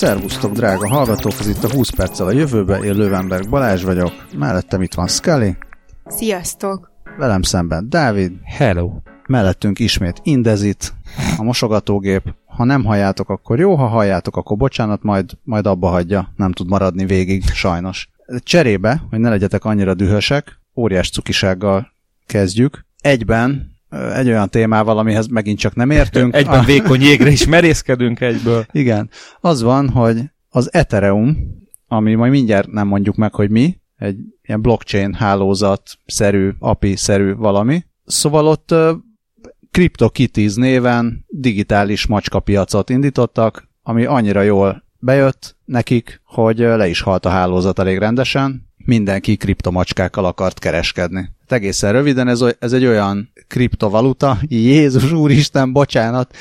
Szervusztok, drága hallgatók, ez itt a 20 perccel a jövőbe, én Löwenberg Balázs vagyok, mellettem itt van Scully. Sziasztok! Velem szemben Dávid. Hello! Mellettünk ismét Indezit, a mosogatógép. Ha nem halljátok, akkor jó, ha halljátok, akkor bocsánat, majd abba hagyja, nem tud maradni végig, sajnos. Cserébe, hogy ne legyetek annyira dühösek, óriás cukisággal kezdjük. Egyben egy olyan témával, amihez megint csak nem értünk. Egyben vékony jégre is merészkedünk egyből. Igen. Az van, hogy az Ethereum, ami majd mindjárt nem mondjuk meg, hogy mi, egy ilyen blockchain hálózat-szerű, API-szerű valami. Szóval ott CryptoKitties néven digitális macskapiacot indítottak, ami annyira jól bejött nekik, hogy le is halt a hálózat elég rendesen. Mindenki kriptomacskákkal akart kereskedni. Egészen röviden ez egy olyan kriptovaluta, Jézus úristen, bocsánat,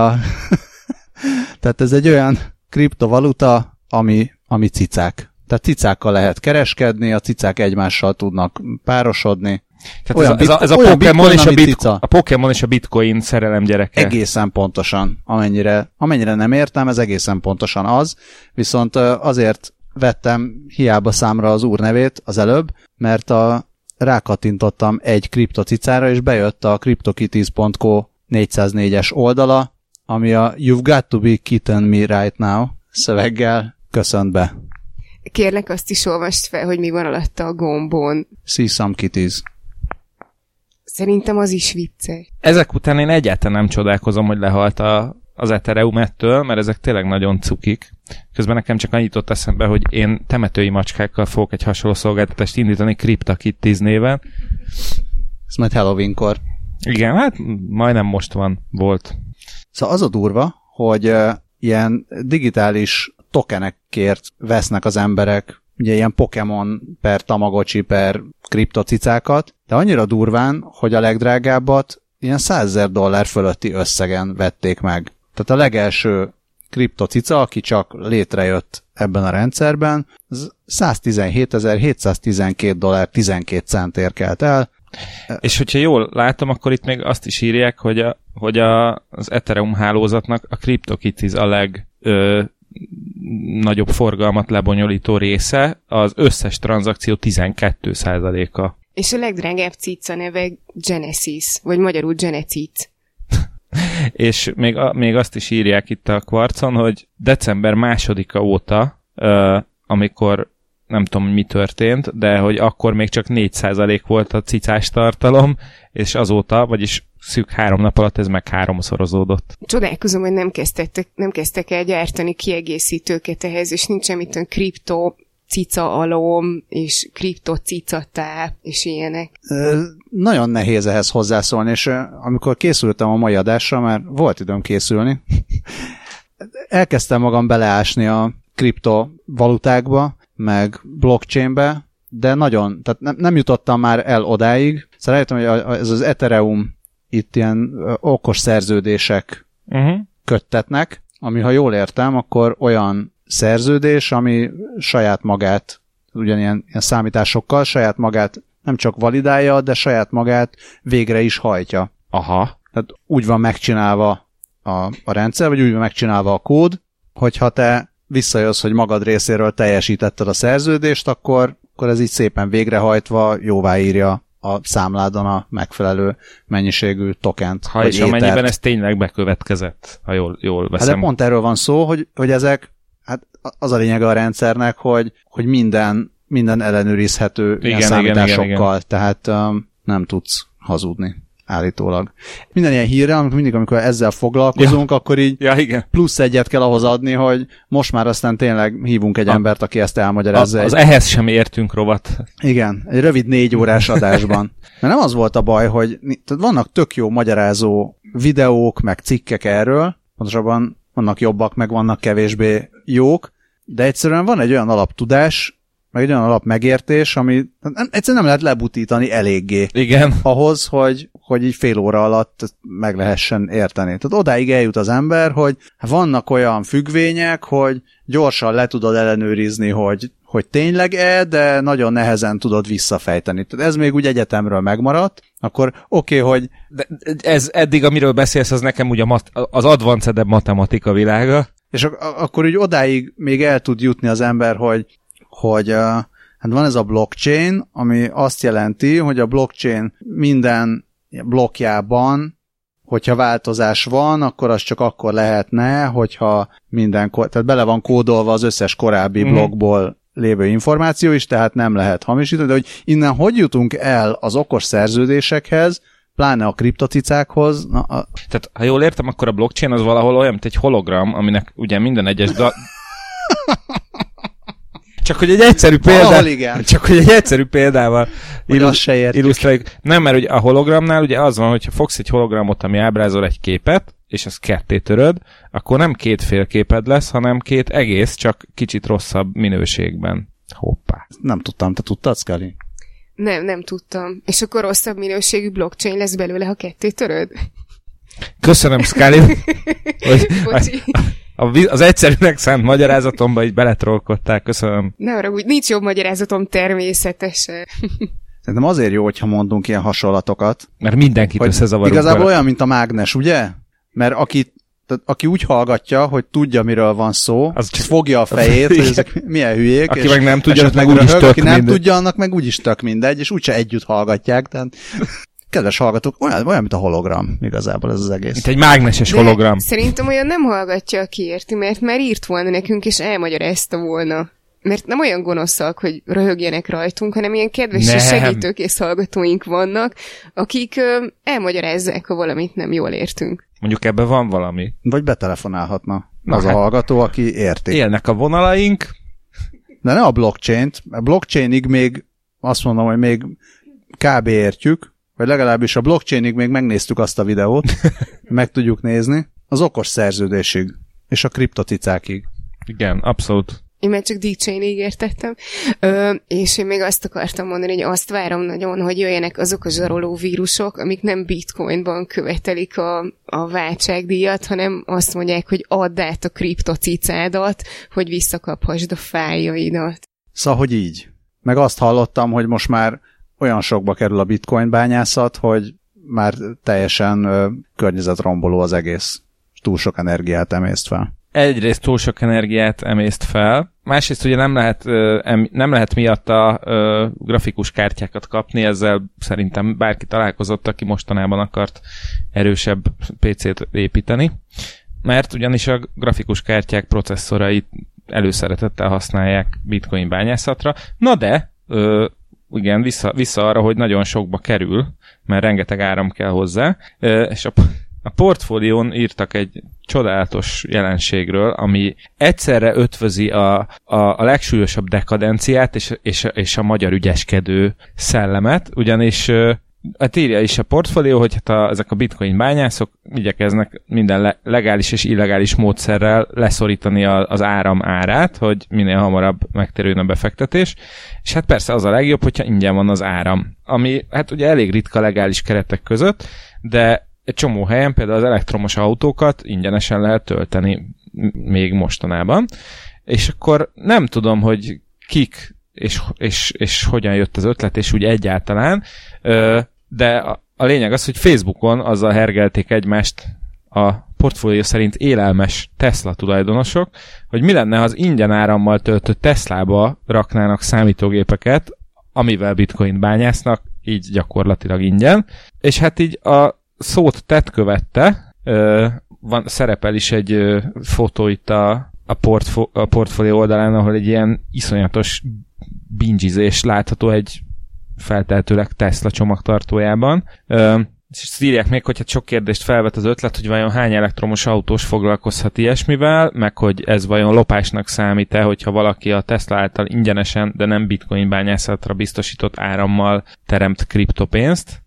tehát ez egy olyan kriptovaluta, ami cicák. Tehát cicákkal lehet kereskedni, a cicák egymással tudnak párosodni. Tehát ez a Pokémon és a Bitcoin szerelem gyereke. Egészen pontosan, amennyire nem értem, ez egészen pontosan az, viszont azért vettem hiába számra az úr nevét az előbb, mert rákattintottam egy kriptocicára, és bejött a CryptoKitties.co 404-es oldala, ami a You've got to be kitten me right now szöveggel köszönt be. Kérlek, azt is olvast fel, hogy mi van alatta a gombon. See some kitties. Szerintem az is vicces. Ezek után én egyáltalán nem csodálkozom, hogy lehalt az Ethereum ettől, mert ezek tényleg nagyon cukik. Közben nekem csak annyit jutott eszembe, hogy én temetői macskákkal fogok egy hasonló szolgáltatást indítani CryptoKitties néven. Ez majd Halloweenkor. Igen, hát majdnem most volt. Szóval az a durva, hogy ilyen digitális tokenekért vesznek az emberek, ugye ilyen Pokémon per Tamagotchi per kriptocicákat, de annyira durván, hogy a legdrágábbat ilyen $100,000 fölötti összegen vették meg. Tehát a legelső kriptocica, aki csak létrejött ebben a rendszerben, $117,712 12 centért kelt el. És hogyha jól látom, akkor itt még azt is írják, hogy az Ethereum hálózatnak a CryptoKitties a nagyobb forgalmat lebonyolító része, az összes tranzakció 12%-a. És a legdrágább cica neve Genesis, vagy magyarul Genecic. És még azt is írják itt a Quartzon, hogy december 2-a óta, amikor nem tudom, mi történt, de hogy akkor még csak 4% volt a cicás tartalom, és azóta, vagyis szűk 3 nap alatt ez meg 3-szorozódott. Csodálkozom, hogy nem kezdtek el gyártani kiegészítőket ehhez, és nincsen mit olyan kripto cica alom, és kriptocicatáp, és ilyenek. Nagyon nehéz ehhez hozzászólni, és amikor készültem a mai adásra, mert volt időm készülni, elkezdtem magam beleásni a kriptovalutákba, meg blockchainbe, de tehát nem jutottam már el odáig. Szóval rájöttem, hogy ez az Ethereum itt ilyen okos szerződések köttetnek, ami, ha jól értem, akkor olyan szerződés, ami saját magát, ugyanilyen számításokkal saját magát nem csak validálja, de saját magát végre is hajtja. Aha. Tehát úgy van megcsinálva a rendszer, vagy úgy van megcsinálva a kód, hogyha te visszajössz, hogy magad részéről teljesítetted a szerződést, akkor ez így szépen végrehajtva jóváírja a számládon a megfelelő mennyiségű tokent. Ha és amennyiben ez tényleg bekövetkezett, ha jól veszem. Hát de pont erről van szó, hogy ezek, hát az a lényege a rendszernek, hogy minden ellenőrizhető ilyen számításokkal, igen. Tehát nem tudsz hazudni. Állítólag. Minden ilyen hírre, amikor ezzel foglalkozunk, akkor így plusz egyet kell ahhoz adni, hogy most már aztán tényleg hívunk egy embert, aki ezt elmagyarázza. Az ehhez sem értünk rovat. Igen, egy rövid 4 órás adásban. Mert nem az volt a baj, hogy vannak tök jó magyarázó videók, meg cikkek erről, pontosabban vannak jobbak, meg vannak kevésbé jók, de egyszerűen van egy olyan alaptudás, meg egy olyan alapmegértés, ami egyszerűen nem lehet lebutítani eléggé. Igen. Ahhoz, hogy így fél óra alatt meg lehessen érteni. Tehát odáig eljut az ember, hogy vannak olyan függvények, hogy gyorsan le tudod ellenőrizni, hogy tényleg-e, de nagyon nehezen tudod visszafejteni. Tehát ez még úgy egyetemről megmaradt, akkor oké, hogy... De ez eddig, amiről beszélsz, az nekem ugye az advanced matematika világa. És akkor úgy odáig még el tud jutni az ember, hogy hát van ez a blockchain, ami azt jelenti, hogy a blockchain minden blokkjában, hogyha változás van, akkor az csak akkor lehetne, hogyha tehát bele van kódolva az összes korábbi blokkból lévő információ is, tehát nem lehet hamisítani, de hogy innen hogy jutunk el az okos szerződésekhez, pláne a kriptocicákhoz. Tehát, ha jól értem, akkor a blockchain az valahol olyan, mint egy hologram, aminek ugye minden egyes Csak hogy egy egyszerű példával illusztráljuk. Nem, mert ugye a hologramnál ugye az van, hogyha fogsz egy hologramot, ami ábrázol egy képet, és ezt ketté töröd, akkor nem két félképed lesz, hanem két egész, csak kicsit rosszabb minőségben. Hoppá. Nem tudtam, te tudtad, Scully? Nem tudtam. És akkor rosszabb minőségű blockchain lesz belőle, ha ketté töröd? Köszönöm, Scully, hogy az egyszerűnek szánt magyarázatomba így beletrollkodtál, köszönöm. Ne arra, úgy nincs jobb magyarázatom természetesen. Szerintem azért jó, hogyha mondunk ilyen hasonlatokat. Mert mindenkit összezavarunk. Igazából olyan, mint a mágnes, ugye? Mert aki úgy hallgatja, hogy tudja, miről van szó, az fogja a fejét, hogy ezek milyen hülyék. Aki meg nem tudja, meg úgyis tök aki nem tudja, annak meg úgyis tök mindegy, és úgyse együtt hallgatják. Tehát kedves hallgatók, olyan, mint a hologram igazából ez az egész. Mint egy mágneses hologram. Szerintem olyan nem hallgatja, aki érti, mert már írt volna nekünk, és elmagyarázta volna. Mert nem olyan gonoszak, hogy röhögjenek rajtunk, hanem ilyen kedves és segítőkész hallgatóink vannak, akik elmagyarázzák, ha valamit nem jól értünk. Mondjuk ebben van valami. Vagy betelefonálhatna az a hallgató, aki érti. Élnek a vonalaink. De ne a blockchain-t. A blockchainig még azt mondom, hogy még kb. Értjük, vagy legalábbis a blockchainig még megnéztük azt a videót, meg tudjuk nézni. Az okos szerződésig, és a kriptocicákig. Igen, abszolút. Én már csak D-Chainig értettem. És én még azt akartam mondani, hogy azt várom nagyon, hogy jöjjenek azok a zsaroló vírusok, amik nem bitcoinban követelik a váltságdíjat, hanem azt mondják, hogy add át a kriptocicádat, hogy visszakaphasd a fájjaidat. Szóval, hogy így. Meg azt hallottam, hogy most már olyan sokba kerül a bitcoin bányászat, hogy már teljesen környezetromboló az egész. Túl sok energiát emészt fel. Egyrészt túl sok energiát emészt fel, másrészt ugye nem lehet miatta grafikus kártyákat kapni, ezzel szerintem bárki találkozott, aki mostanában akart erősebb PC-t építeni, mert ugyanis a grafikus kártyák processzorait előszeretettel használják bitcoin bányászatra. Na de, igen, vissza arra, hogy nagyon sokba kerül, mert rengeteg áram kell hozzá, és a portfólión írtak egy csodálatos jelenségről, ami egyszerre ötvözi a legsúlyosabb dekadenciát és a magyar ügyeskedő szellemet, ugyanis írja is a portfólió, hogy ezek a bitcoin bányászok igyekeznek minden legális és illegális módszerrel leszorítani az áram árát, hogy minél hamarabb megtérüljön a befektetés, és hát persze az a legjobb, hogyha ingyen van az áram, ami hát ugye elég ritka legális keretek között, de egy csomó helyen például az elektromos autókat ingyenesen lehet tölteni még mostanában. És akkor nem tudom, hogy kik és hogyan jött az ötlet, és úgy egyáltalán, de a lényeg az, hogy Facebookon azzal hergelték egymást a portfólió szerint élelmes Tesla tulajdonosok, hogy mi lenne, ha az ingyen árammal töltött Teslába raknának számítógépeket, amivel bitcoin bányásznak, így gyakorlatilag ingyen. És hát így a szót tett követte, szerepel is egy fotó itt a portfólió oldalán, ahol egy ilyen iszonyatos bingizés látható egy feltehetőleg Tesla csomagtartójában. És írják még, hogy hát sok kérdést felvet az ötlet, hogy vajon hány elektromos autós foglalkozhat ilyesmivel, meg hogy ez vajon lopásnak számít-e, hogyha valaki a Tesla által ingyenesen, de nem bitcoin bányászatra biztosított árammal teremt kriptopénzt.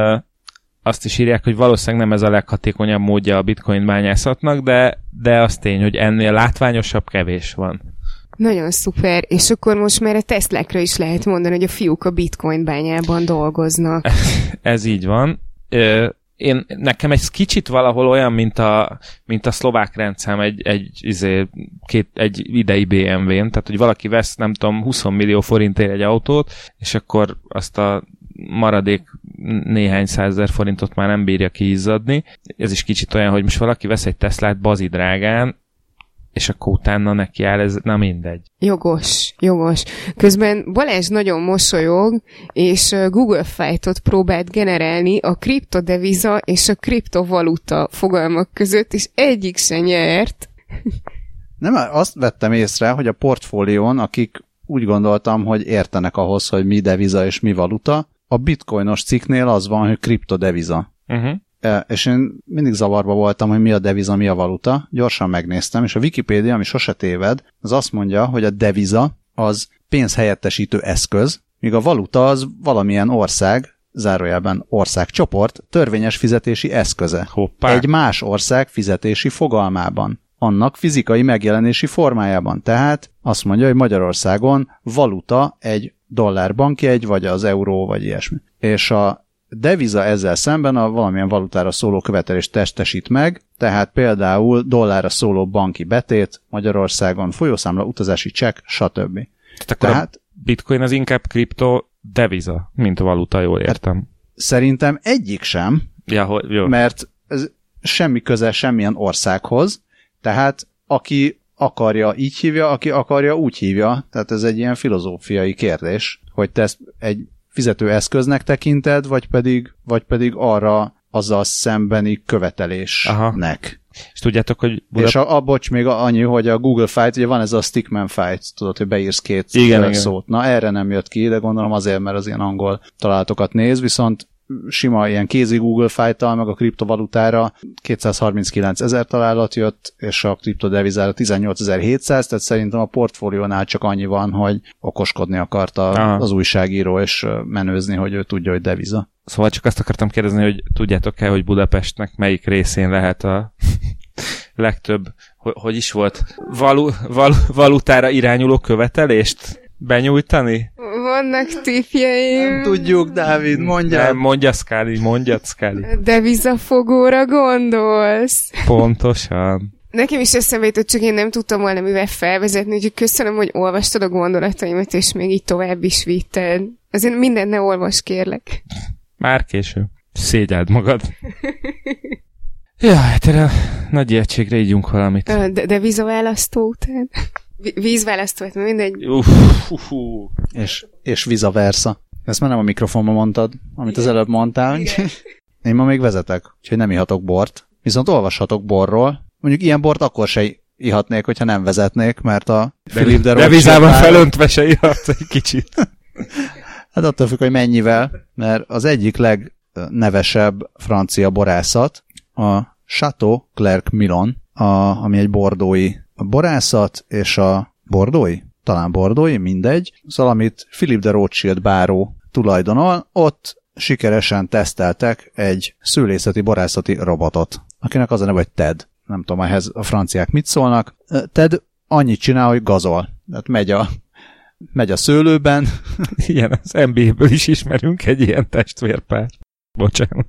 Azt is írják, hogy valószínűleg nem ez a leghatékonyabb módja a bitcoin bányászatnak, de az tény, hogy ennél látványosabb kevés van. Nagyon szuper, és akkor most már a Teslákra is lehet mondani, hogy a fiúk a bitcoin bányában dolgoznak. Ez így van. Nekem egy kicsit valahol olyan, mint a szlovák rendszám egy idei BMW-n, tehát hogy valaki vesz, nem tudom, 20 millió forintért egy autót, és akkor azt a maradék néhány százezer forintot már nem bírja kiizzadni. Ez is kicsit olyan, hogy most valaki vesz egy Teslát bazidrágán, és akkor utána neki áll, ez na mindegy. Jogos. Közben Balázs nagyon mosolyog, és Google Fight-ot próbált generálni a kriptodeviza és a kriptovaluta fogalmak között, és egyik se nyert. Nem, azt vettem észre, hogy a portfólión, akik úgy gondoltam, hogy értenek ahhoz, hogy mi deviza és mi valuta, a bitcoinos cikknél az van, hogy kriptodeviza. És én mindig zavarba voltam, hogy mi a deviza, mi a valuta. Gyorsan megnéztem, és a Wikipédia, ami sose téved, az azt mondja, hogy a deviza az pénzhelyettesítő eszköz, míg a valuta az valamilyen ország, zárójelben országcsoport, törvényes fizetési eszköze. Hoppá. Egy más ország fizetési fogalmában. Annak fizikai megjelenési formájában. Tehát azt mondja, hogy Magyarországon valuta egy dollárbankjegy, vagy az euró, vagy ilyesmi. És a deviza ezzel szemben a valamilyen valutára szóló követelést testesít meg, tehát például dollárra szóló banki betét Magyarországon, folyószámla, utazási csekk, stb. Tehát a bitcoin az inkább kriptodeviza, mint a valuta, jól értem. Szerintem egyik sem, Jó. mert ez semmi köze semmilyen országhoz, tehát aki akarja így hívja, aki akarja úgy hívja, tehát ez egy ilyen filozófiai kérdés, hogy te ezt egy fizetőeszköznek tekinted, vagy pedig arra azzal szembeni követelésnek. Aha. És tudjátok, hogy... És bocs, még annyi, hogy a Google Fight, ugye van ez a Stickman Fight, tudod, hogy beírsz két szót. Na, erre nem jött ki, de gondolom azért, mert az ilyen angol találatokat néz, viszont sima ilyen kézi Google Fight-tal, meg a kriptovalutára 239 000 találat jött, és a kriptodevizára 18 700, tehát szerintem a portfóliónál csak annyi van, hogy okoskodni akarta az újságíró, és menőzni, hogy ő tudja, hogy deviza. Szóval csak azt akartam kérdezni, hogy tudjátok-e, hogy Budapestnek melyik részén lehet a legtöbb, hogy is volt, valutára irányuló követelést benyújtani? Vannak tippjeim. Nem tudjuk, Dávid, mondjad. Nem, mondjad, Scully. Devizafogóra gondolsz? Pontosan. Nekem is eszembe jutott, csak én nem tudtam volna mivel felvezetni, úgyhogy köszönöm, hogy olvastad a gondolataimat, és még így tovább is vitted. Azért mindent ne olvas, kérlek. Már késő. Szégyeld magad. Ja, hát erre nagy ijegységre ígyunk valamit. De vízaválasztó után? Vízválasztó, hát mindegy. És vice versa. Ezt már nem a mikrofonban mondtad, amit az előbb mondtál. Én ma még vezetek, úgyhogy nem ihatok bort. Viszont olvashatok borról. Mondjuk ilyen bort akkor se ihatnék, hogyha nem vezetnék, mert a Philip de Rothschild... Devizában felöntve se ihatsz egy kicsit. Hát attól függ, hogy mennyivel, mert az egyik legnevesebb francia borászat a Chateau Clerc Milon, ami egy bordói borászat, és a bordói? Talán bordói, mindegy. Szóval, amit Philip de Rothschild báró tulajdonol, ott sikeresen teszteltek egy szőlészeti borászati robotot, akinek az a neve, hogy Ted. Nem tudom, ehhez a franciák mit szólnak. Ted annyit csinál, hogy gazol. Tehát megy a szőlőben. Igen, az NBA-ből is ismerünk egy ilyen testvérpárt. Bocsánat.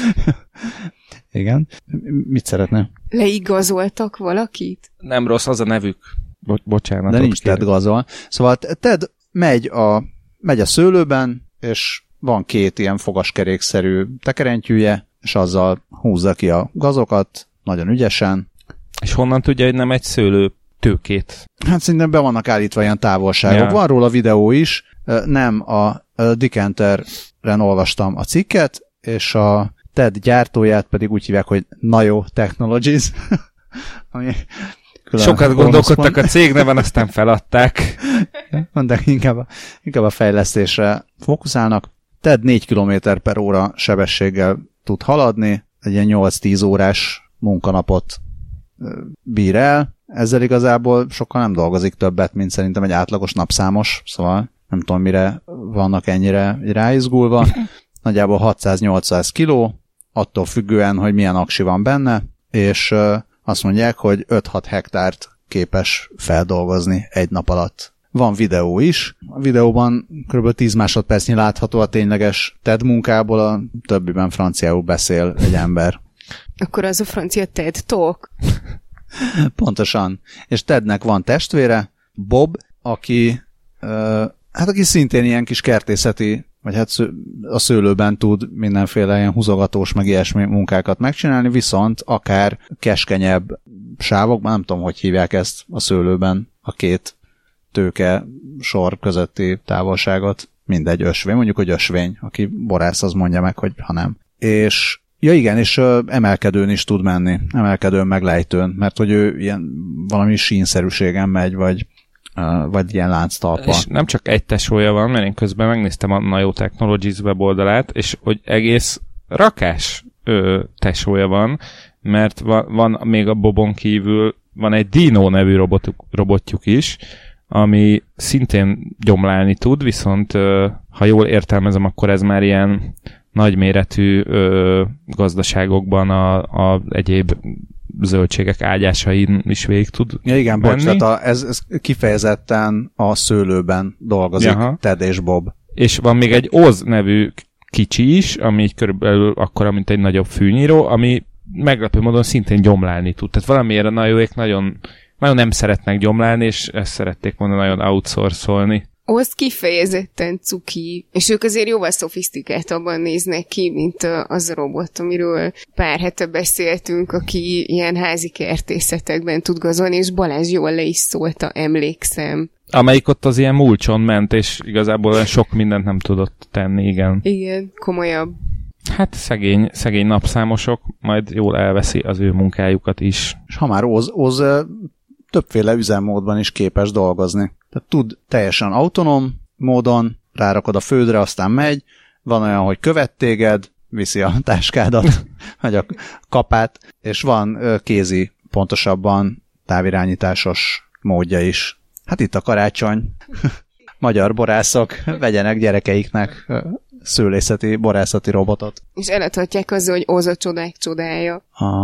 Igen. Mit szeretne? Leigazoltak valakit? Nem rossz, az a nevük. Bocsánat. De nincs Ted gazol. Szóval Ted megy a szőlőben, és van két ilyen fogaskerékszerű tekerentyűje, és azzal húzza ki a gazokat, nagyon ügyesen. És honnan tudja, hogy nem egy szőlő tőkét? Hát szerintem be vannak állítva ilyen távolságok. Ja. Van róla videó is, nem a Decanteren olvastam a cikket, és a TED gyártóját pedig úgy hívják, hogy Nayo Technologies. Ami sokat gondolkodtak a cégneven, aztán feladták. De inkább a fejlesztésre fókuszálnak. TED 4 km/h sebességgel tud haladni, egy ilyen 8-10 órás munkanapot bír el. Ezzel igazából sokkal nem dolgozik többet, mint szerintem egy átlagos napszámos, szóval nem tudom, mire vannak ennyire ráizgulva. Nagyjából 600-800 kiló, attól függően, hogy milyen aksi van benne, és azt mondják, hogy 5-6 hektárt képes feldolgozni egy nap alatt. Van videó is. A videóban kb. 10 másodpercnyi látható a tényleges TED munkából, a többiben franciául beszél egy ember. Akkor az a francia TED Talk. Pontosan. És Tednek van testvére, Bob, aki szintén ilyen kis kertészeti, vagy hát a szőlőben tud mindenféle ilyen húzogatós, meg ilyesmi munkákat megcsinálni, viszont akár keskenyebb sávokban, nem tudom, hogy hívják ezt a szőlőben, a két tőke sor közötti távolságot, mindegy, ösvény, mondjuk, hogy ösvény, aki borász, az mondja meg, hogy ha nem. És ja igen, és emelkedőn is tud menni, emelkedőn meg lejtőn, mert hogy ő ilyen valami sínszerűségen megy, vagy ilyen lánctalpa. És nem csak egy tesója van, mert én közben megnéztem a Nayo Technologies weboldalát, és hogy egész rakás tesója van, mert van még a Bobon kívül, van egy Dino nevű robotjuk is, ami szintén gyomlálni tud, viszont ha jól értelmezem, akkor ez már ilyen nagyméretű gazdaságokban a egyéb zöldségek ágyásain is végig tud ja, igen, venni. bocs, tehát ez kifejezetten a szőlőben dolgozik, Jaha. Ted és Bob. És van még egy Oz nevű kicsi is, ami így körülbelül akkora, mint egy nagyobb fűnyíró, ami meglepő módon szintén gyomlálni tud. Tehát valamiért a Nayoék nagyon nem szeretnek gyomlálni, és ezt szerették volna nagyon outsourcolni. Az kifejezetten cuki, és ők azért jóval szofisztikáltabban néznek ki, mint az a robot, amiről pár hete beszéltünk, aki ilyen házi kertészetekben tud gazolni, és Balázs jól le is szólta, emlékszem. Amelyik ott az ilyen mulcson ment, és igazából sok mindent nem tudott tenni, igen. Igen, komolyabb. Hát szegény napszámosok, majd jól elveszi az ő munkájukat is. És ha már Oz többféle üzemmódban is képes dolgozni. Tehát tud teljesen autonóm módon, rárakod a földre, aztán megy, van olyan, hogy követ téged, viszi a táskádat, vagy a kapát, és van kézi, pontosabban távirányításos módja is. Hát itt a karácsony. Magyar borászok vegyenek gyerekeiknek szőlészeti, borászati robotot. És eladhatják azzal, hogy Oz a csodák csodája.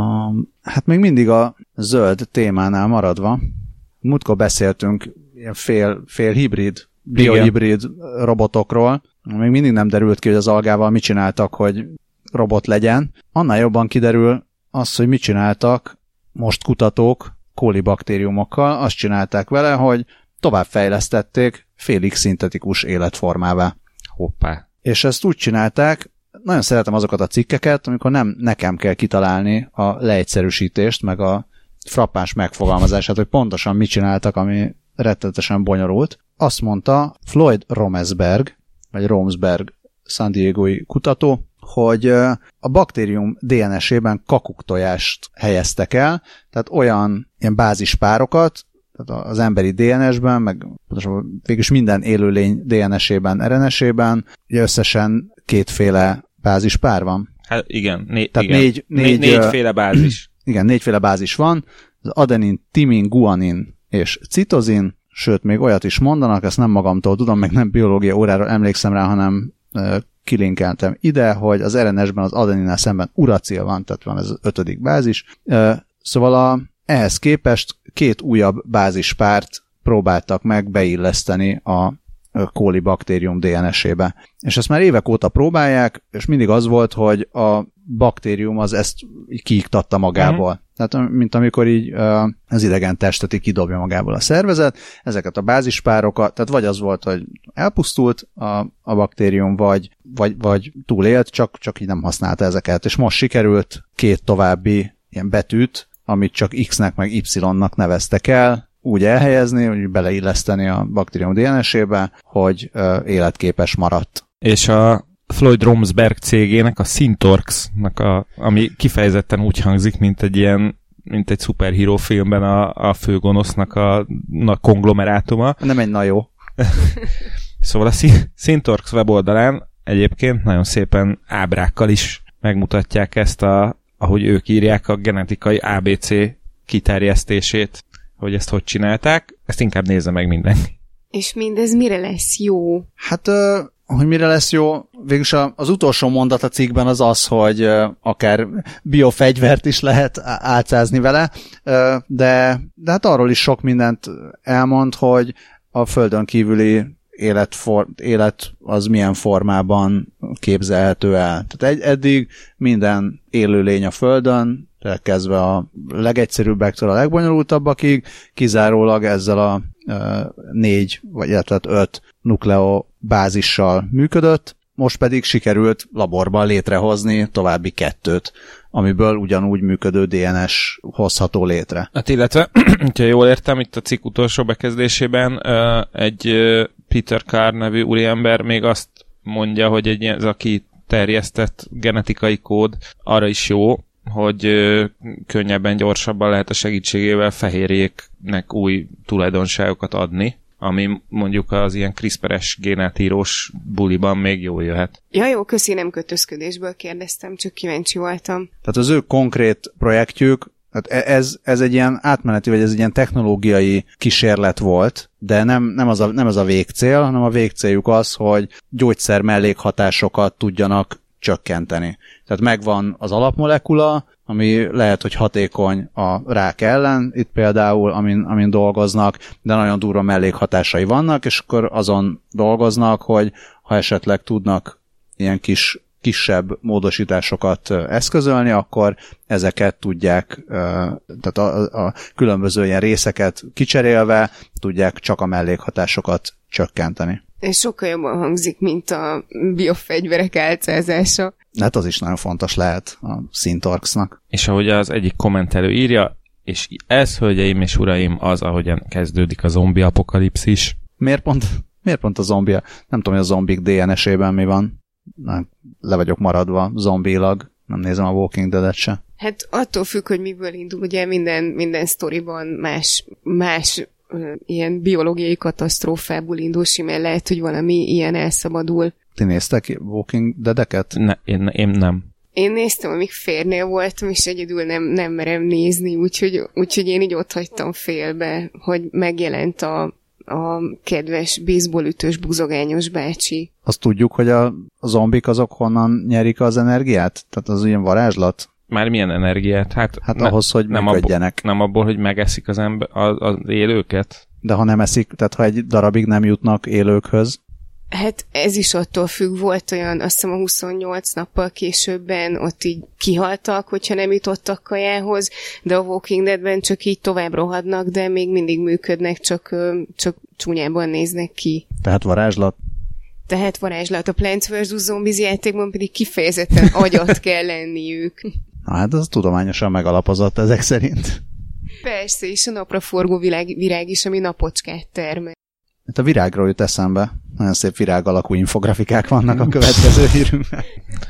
Hát még mindig a zöld témánál maradva. Múltkor beszéltünk ilyen fél hibrid, biohibrid robotokról. Még mindig nem derült ki, hogy az algával mit csináltak, hogy robot legyen. Annál jobban kiderül az, hogy mit csináltak most kutatók kólibaktériumokkal. Azt csinálták vele, hogy továbbfejlesztették félig szintetikus életformává. Hoppá. És ezt úgy csinálták, nagyon szeretem azokat a cikkeket, amikor nem nekem kell kitalálni a leegyszerűsítést, meg a frappáns megfogalmazását, hogy pontosan mit csináltak, ami rettenetesen bonyolult. Azt mondta Floyd Romesberg, vagy Romesberg San Diego-i kutató, hogy a baktérium DNS-ében kakuktojást helyeztek el, tehát olyan ilyen bázispárokat, tehát az emberi DNS-ben, meg végülis minden élőlény DNS-ében, RNS-ében, ugye összesen kétféle bázispár van. Hát igen, tehát igen. Négyféle bázis. Igen, négyféle bázis van, az adenin, timin, guanin és citozin, sőt, még olyat is mondanak, ezt nem magamtól tudom, meg nem biológia óráról emlékszem rá, hanem kilinkeltem ide, hogy az RNS-ben az adeninnel szemben uracil van, tehát van ez az 5. bázis. Szóval ehhez képest 2 újabb bázispárt próbáltak meg beilleszteni a kólibaktérium DNS-ébe. És ezt már évek óta próbálják, és mindig az volt, hogy a baktérium az ezt kiiktatta magából. Tehát mint amikor így az idegen testet kidobja magából a szervezet, ezeket a bázispárokat, tehát vagy az volt, hogy elpusztult a baktérium, vagy túlélt, csak így nem használta ezeket. És most sikerült 2 további ilyen betűt, amit csak X-nek meg Y-nak neveztek el, úgy elhelyezni, hogy beleilleszteni a baktérium DNS-ébe, hogy életképes maradt. És a Floyd Romesberg cégének, a Syntorx-nak, ami kifejezetten úgy hangzik, mint egy szuperhíró filmben a főgonosznak a konglomerátuma. Nem egy Nayo. Szóval a Syntorx weboldalán egyébként nagyon szépen ábrákkal is megmutatják ezt ahogy ők írják, a genetikai ABC kiterjesztését, hogy ezt hogy csinálták. Ezt inkább nézze meg mindenki. És mindez mire lesz jó? Hát, hogy mire lesz jó, végülis az utolsó mondat a cikkben az az, hogy akár biofegyvert is lehet álcázni vele, de hát arról is sok mindent elmond, hogy a földön kívüli élet az milyen formában képzelhető el. Tehát eddig minden élőlény a földön, kezdve a legegyszerűbbektől a legbonyolultabbakig, kizárólag ezzel a 4 vagy 5 nukleobázissal működött, most pedig sikerült laborban létrehozni további 2-t, amiből ugyanúgy működő DNS hozható létre. Hát illetve, ha jól értem, itt a cikk utolsó bekezdésében egy Peter Carr nevű úriember még azt mondja, hogy ez a kiterjesztett genetikai kód arra is jó, hogy könnyebben, gyorsabban lehet a segítségével fehérjéknek új tulajdonságokat adni, ami mondjuk az ilyen CRISPR-es génátírós buliban még jól jöhet. Ja, jó, köszi, nem kötözködésből kérdeztem, csak kíváncsi voltam. Tehát az ő konkrét projektjük, hát ez egy ilyen átmeneti, vagy ez egy ilyen technológiai kísérlet volt, de nem az a végcél, hanem a végcéljuk az, hogy gyógyszer mellékhatásokat tudjanak csökkenteni. Tehát megvan az alapmolekula, ami lehet, hogy hatékony a rák ellen, itt például, amin dolgoznak, de nagyon durva mellékhatásai vannak, és akkor azon dolgoznak, hogy ha esetleg tudnak ilyen kisebb módosításokat eszközölni, akkor ezeket tudják, tehát a különböző ilyen részeket kicserélve tudják csak a mellékhatásokat csökkenteni. Ez sokkal jobban hangzik, mint a biofegyverek álcázása. Hát az is nagyon fontos lehet a Syntorxnak. És ahogy az egyik kommentelő írja, és ez, hölgyeim és uraim, az, ahogyan kezdődik a zombi apokalipszis. Miért pont a zombi? Nem tudom, hogy a zombik DNS-ében mi van. Le vagyok maradva zombilag. Nem nézem a Walking Dead-et se. Hát attól függ, hogy miből indul. Ugye minden sztoriban más ilyen biológiai katasztrófából indul, simán lehet, hogy valami ilyen elszabadul. Ti néztek Walking Dead-eket? Én nem. Én néztem, amíg férnél voltam, és egyedül nem merem nézni, úgyhogy én így ott hagytam félbe, hogy megjelent a kedves baseballütős buzogányos bácsi. Azt tudjuk, hogy a zombik azok honnan nyerik az energiát? Tehát az ilyen varázslat? Már milyen energiát? Hát ahhoz, hogy működjenek. Nem abból, hogy megeszik az élőket? De ha nem eszik, tehát ha egy darabig nem jutnak élőkhöz? Hát ez is attól függ, volt olyan, azt hiszem a 28 nappal későbben ott így kihaltak, hogyha nem jutottak kajához, de a Walking Deadben csak így tovább rohadnak, de még mindig működnek, csak csúnyában néznek ki. Tehát varázslat? Tehát varázslat. A Plants vs. Zombies játékban pedig kifejezetten agyat kell lenniük. Na hát az tudományosan megalapozott ezek szerint. Persze, és a napraforgó virág is, ami napocskát termel. Hát a virágról jut eszembe. Nagyon szép virág alakú infografikák vannak a következő hírünkben.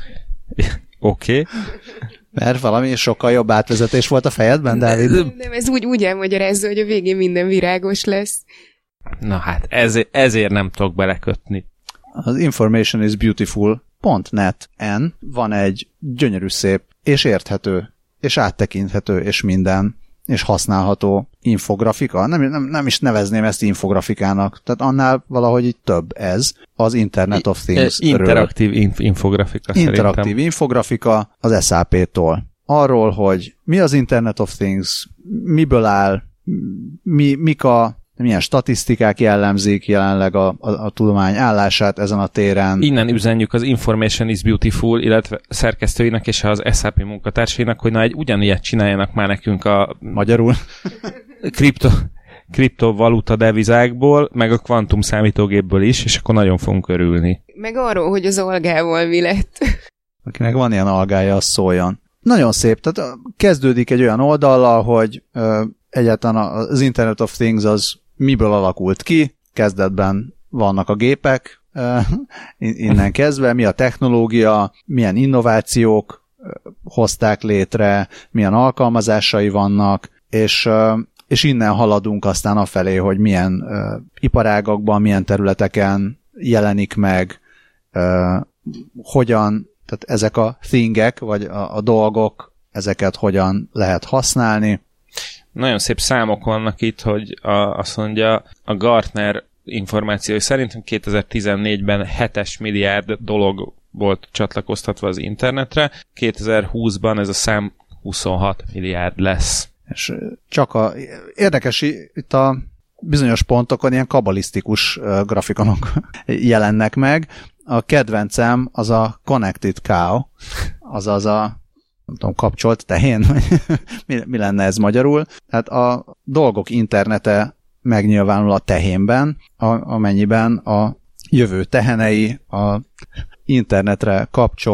Oké. Mert valami sokkal jobb átvezetés volt a fejedben, Dávid? Nem, ez úgy elmagyarázza, hogy a végén minden virágos lesz. Na hát, ezért nem tudok belekötni. Az Information is Beautiful.net-en van egy gyönyörű szép, és érthető, és áttekinthető, és minden, és használható infografika. Nem is nevezném ezt infografikának, tehát annál valahogy így több ez az Internet of Things-ről. Interaktív infografika szerintem. Interaktív infografika az SAP-tól. Arról, hogy mi az Internet of Things, miből áll, milyen statisztikák jellemzik jelenleg a tudomány állását ezen a téren. Innen üzenjük az Information is Beautiful, illetve szerkesztőinek és az SAP munkatársainak, hogy egy ugyanilyet csináljanak már nekünk a magyarul kriptovaluta devizákból, meg a kvantum számítógépből is, és akkor nagyon fogunk örülni. Meg arról, hogy az algával mi lett. Akinek van ilyen algája, az szóljon. Nagyon szép, tehát kezdődik egy olyan oldallal, hogy egyáltalán az Internet of Things az miből alakult ki, kezdetben vannak a gépek, innen kezdve, mi a technológia, milyen innovációk hozták létre, milyen alkalmazásai vannak, és innen haladunk aztán afelé, hogy milyen iparágakban, milyen területeken jelenik meg, hogyan, tehát ezek a thingek, vagy a dolgok, ezeket hogyan lehet használni. Nagyon szép számok vannak itt, hogy azt mondja, a Gartner információi szerint 2014-ben 7 milliárd dolog volt csatlakoztatva az internetre, 2020-ban ez a szám 26 milliárd lesz. És csak érdekes, itt a bizonyos pontokon ilyen kabalisztikus grafikonok jelennek meg. A kedvencem az a Connected Cow, azaz a nem tudom, kapcsolt tehén, mi lenne ez magyarul. Tehát a dolgok internete megnyilvánul a tehénben, amennyiben a jövő tehenei a internetre kapcsolt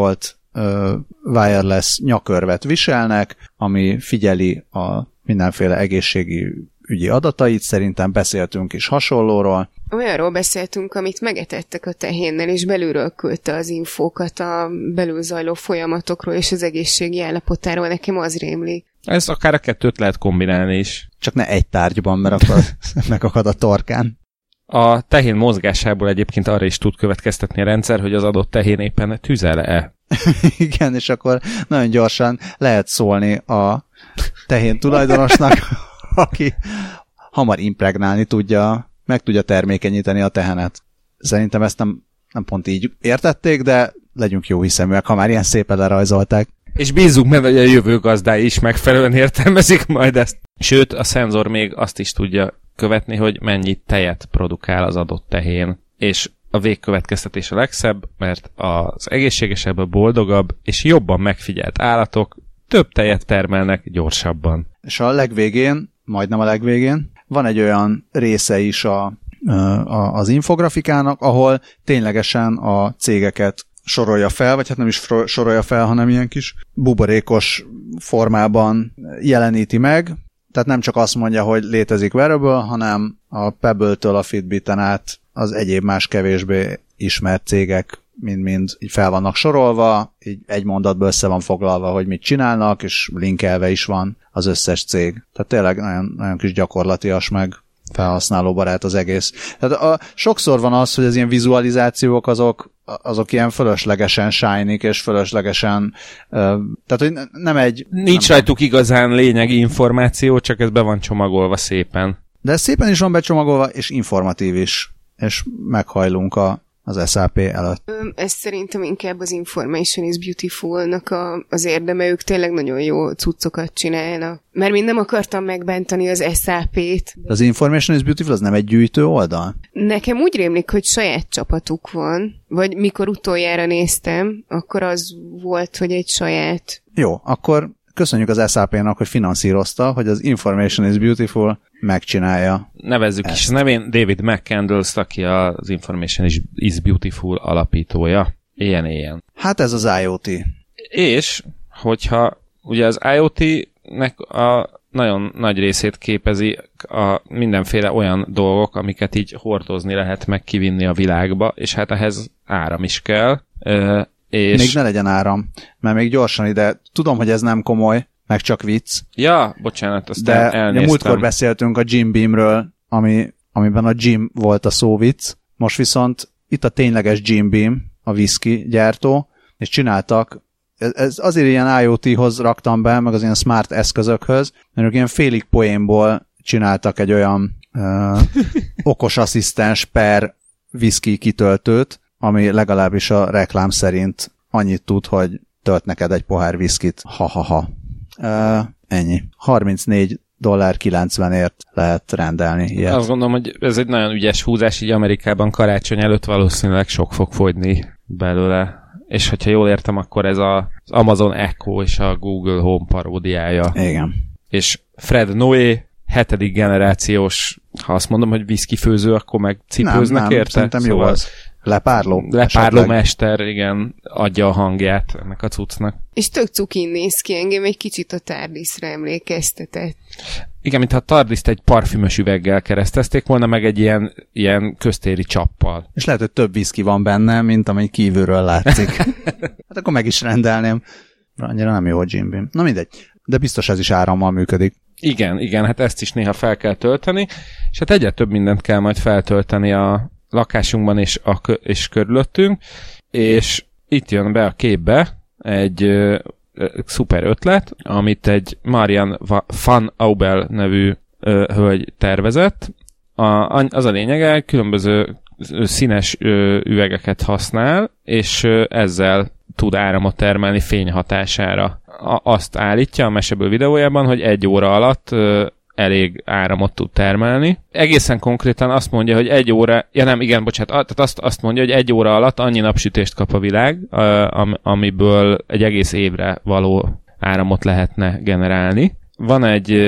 wireless nyakörvet viselnek, ami figyeli a mindenféle egészségügyi adatait, szerintem beszéltünk is hasonlóról. Olyanról beszéltünk, amit megetettek a tehénnel, és belülről küldte az infókat a belül zajló folyamatokról és az egészségi állapotáról, nekem az rémlik. Ez akár a kettőt lehet kombinálni is. Csak ne egy tárgyban, mert akkor megakad a torkán. A tehén mozgásából egyébként arra is tud következtetni a rendszer, hogy az adott tehén éppen tüzel-e. Igen, és akkor nagyon gyorsan lehet szólni a tehén tulajdonosnak, aki hamar impregnálni tudja, meg tudja termékenyíteni a tehenet. Szerintem ezt nem pont így értették, de legyünk jó hiszeműek, ha már ilyen szépen lerajzolták. És bízzunk meg, hogy a jövő gazdái is megfelelően értelmezik majd ezt. Sőt, a szenzor még azt is tudja követni, hogy mennyi tejet produkál az adott tehén. És a végkövetkeztetés a legszebb, mert az egészségesebb, boldogabb és jobban megfigyelt állatok több tejet termelnek gyorsabban. És a legvégén, majdnem a legvégén, van egy olyan része is az infografikának, ahol ténylegesen a cégeket sorolja fel, vagy hát nem is sorolja fel, hanem ilyen kis buborékos formában jeleníti meg. Tehát nem csak azt mondja, hogy létezik wearable, hanem a Pebble-től a Fitbiten át az egyéb más kevésbé ismert cégek mind így fel vannak sorolva, így egy mondatból össze van foglalva, hogy mit csinálnak, és linkelve is van az összes cég. Tehát tényleg nagyon, nagyon kis gyakorlatias, meg felhasználóbarát az egész. Tehát sokszor van az, hogy az ilyen vizualizációk azok ilyen fölöslegesen shiny-nik, és fölöslegesen, tehát hogy nem egy... Nincs rajtuk igazán lényegi információ, csak ez be van csomagolva szépen. De ez szépen is van becsomagolva, és informatív is, és meghajlunk az SAP előtt. Ez szerintem inkább az Information is Beautiful-nak az érdeme, ők tényleg nagyon jó cuccokat csinálnak. Mert én nem akartam megbántani az SAP-t. Az Information is Beautiful az nem egy gyűjtő oldal? Nekem úgy rémlik, hogy saját csapatuk van, vagy mikor utoljára néztem, akkor az volt, hogy egy saját... Jó, akkor köszönjük az SAP-nak, hogy finanszírozta, hogy az Information is Beautiful megcsinálja. Nevezzük ezt is nevén David McCandless, aki az Information is Beautiful alapítója. Ilyen. Hát ez az IoT. És, hogyha ugye az IoT-nek a nagyon nagy részét képezi a mindenféle olyan dolgok, amiket így hordozni lehet, meg kivinni a világba, és hát ehhez áram is kell. És... Még ne legyen áram, mert még gyorsan ide, tudom, hogy ez nem komoly, meg csak vicc. Ja, bocsánat, aztán elnéztem. De múltkor beszéltünk a Jim Beamről, amiben a Jim volt a szóvic, most viszont itt a tényleges Jim Beam, a whisky gyártó, és csináltak, ez azért ilyen IoT-hoz raktam be, meg az ilyen smart eszközökhöz, mert ők ilyen félig poénból csináltak egy olyan okos asszisztens per whisky kitöltőt, ami legalábbis a reklám szerint annyit tud, hogy tölt neked egy pohár viszkit. Ha. Ennyi. $34.90 lehet rendelni ilyet. Azt gondolom, hogy ez egy nagyon ügyes húzás, így Amerikában karácsony előtt valószínűleg sok fog fogyni belőle. És hogyha jól értem, akkor ez az Amazon Echo és a Google Home paródiája. Igen. És Fred Noé 7. generációs, ha azt mondom, hogy whisky főző, akkor meg cipőznek nem, érte. Szerintem jó az. Lepárló mester, igen, adja a hangját ennek a cuccnak. És tök cukin néz ki, engem egy kicsit a TARDIS-re emlékeztetett. Igen, mintha a TARDIS-t egy parfümös üveggel keresztezték volna, meg egy ilyen köztéri csappal. És lehet, hogy több whisky van benne, mint amely kívülről látszik. Hát akkor meg is rendelném. Annyira nem jó a Jim Beam. Na mindegy. De biztos ez is árammal működik. Igen, hát ezt is néha fel kell tölteni, és hát egyre több mindent kell majd feltölteni a lakásunkban és körülöttünk, és itt jön be a képbe egy szuper ötlet, amit egy Marian van Aubel nevű hölgy tervezett. Az a lényege, különböző színes üvegeket használ, és ezzel tud áramot termelni fény hatására. Azt állítja a meseből videójában, hogy 1 óra alatt elég áramot tud termelni. Egészen konkrétan azt mondja, hogy 1 óra, tehát azt mondja, hogy 1 óra alatt annyi napsütést kap a világ, amiből egy egész évre való áramot lehetne generálni. Van egy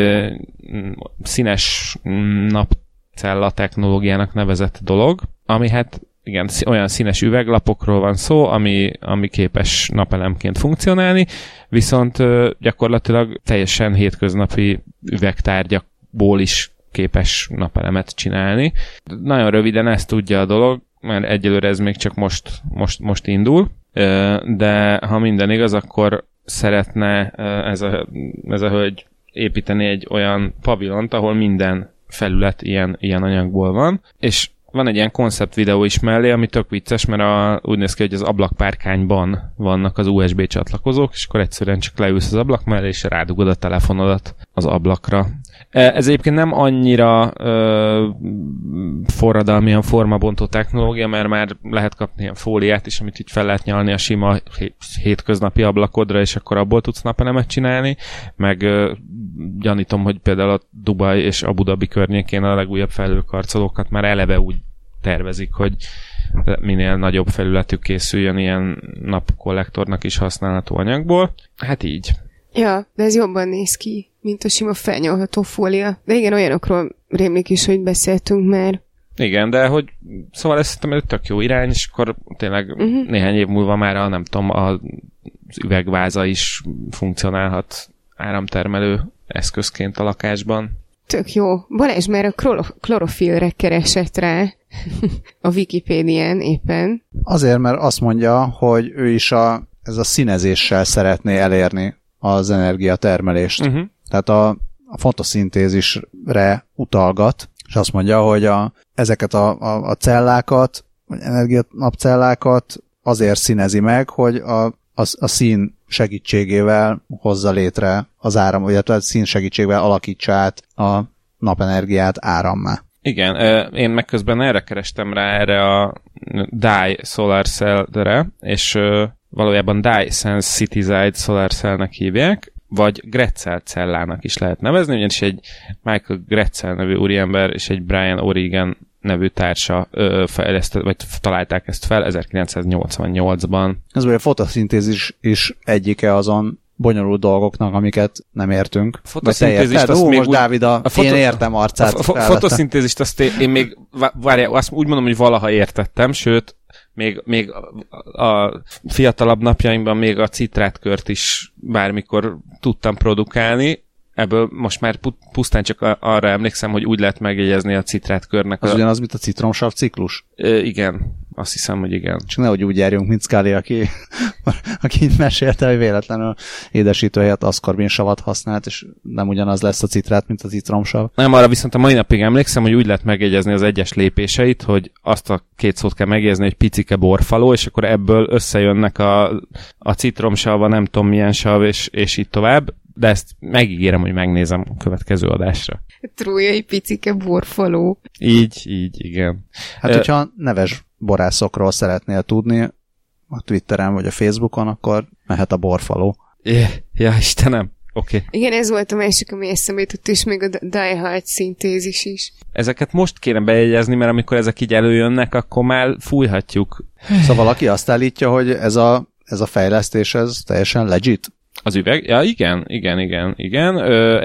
színes napcella technológiának nevezett dolog, ami hát igen, olyan színes üveglapokról van szó, ami képes napelemként funkcionálni, viszont gyakorlatilag teljesen hétköznapi üvegtárgyakból is képes napelemet csinálni. Nagyon röviden ezt tudja a dolog, mert egyelőre ez még csak most indul, de ha minden igaz, akkor szeretne ez a hölgy építeni egy olyan pavilont, ahol minden felület ilyen anyagból van, és van egy ilyen koncept videó is mellé, ami tök vicces, mert úgy néz ki, hogy az ablakpárkányban vannak az USB csatlakozók, és akkor egyszerűen csak leülsz az ablak mellé, és rádugod a telefonodat az ablakra. Ez egyébként nem annyira forradalmian formabontó technológia, mert már lehet kapni ilyen fóliát is, amit így fel lehet nyalni a sima hétköznapi ablakodra, és akkor abból tudsz napelemet csinálni, meg gyanítom, hogy például a Dubaj és Abu Dhabi környékén a legújabb felhőkarcolókat már eleve úgy tervezik, hogy minél nagyobb felületük készüljön ilyen napkollektornak is használható anyagból. Hát így. Ja, de ez jobban néz ki, mint a sima felnyolható fólia. De igen, olyanokról rémlik is, hogy beszéltünk már. Igen, de hogy szóval ez szerintem egy tök jó irány, és akkor tényleg néhány év múlva már nem tudom, az üvegváza is funkcionálhat áramtermelő eszközként a lakásban. Tök jó. Balázs már a klorofillre keresett rá a Wikipédián éppen. Azért, mert azt mondja, hogy ő is ez a színezéssel szeretné elérni az energiatermelést. Tehát a fotoszintézisre utalgat, és azt mondja, hogy ezeket a cellákat, vagy energianapcellákat azért színezi meg, hogy a szín segítségével hozza létre az áram, illetve a szín segítségével alakítsa át a napenergiát árammá. Igen, én meg közben erre kerestem rá, erre a Dye Solar Cell-re, és valójában Dye Sensitized Solar Cell-nek hívják, vagy Grätzel cellának is lehet nevezni, ugyanis egy Michael Grätzel nevű úriember és egy Brian O'Regan nevű társa vagy találták ezt fel 1988-ban. Ez a fotoszintézis is egyike azon bonyolult dolgoknak, amiket nem értünk. Fotoszintézist azt még most Dávid, én értem arcát. Fotoszintézist azt én még, azt úgy mondom, hogy valaha értettem, sőt, még a fiatalabb napjaimban még a citrátkört is bármikor tudtam produkálni. Ebből most már pusztán csak arra emlékszem, hogy úgy lehet megjegyezni a citrátkörnek. Az ugyanaz, mint a citromsav ciklus? Igen, azt hiszem, hogy igen. Csak nehogy úgy járjunk, mint Scully, aki mesélte, hogy véletlenül édesítő helyett aszkorbinsavat használt, és nem ugyanaz lesz a citrát, mint a citromsav. Nem, arra viszont a mai napig emlékszem, hogy úgy lehet megjegyezni az egyes lépéseit, hogy azt a két szót kell megjegyezni, hogy picike borfaló, és akkor ebből összejönnek a citromsav, a nem tudom milyen sav, és így tovább. De ezt megígérem, hogy megnézem a következő adásra. Trójai picike borfaló. Így, igen. Hát, hogyha neves borászokról szeretnél tudni a Twitteren vagy a Facebookon, akkor mehet a borfaló. Ja, Istenem. Oké. Okay. Igen, ez volt a másik, ami eszembe jutott, és még a Die Hard szintézis is. Ezeket most kéne bejegyezni, mert amikor ezek így előjönnek, akkor már fújhatjuk. Szóval valaki azt állítja, hogy ez a fejlesztés, ez teljesen legit? Az üveg? Ja, igen.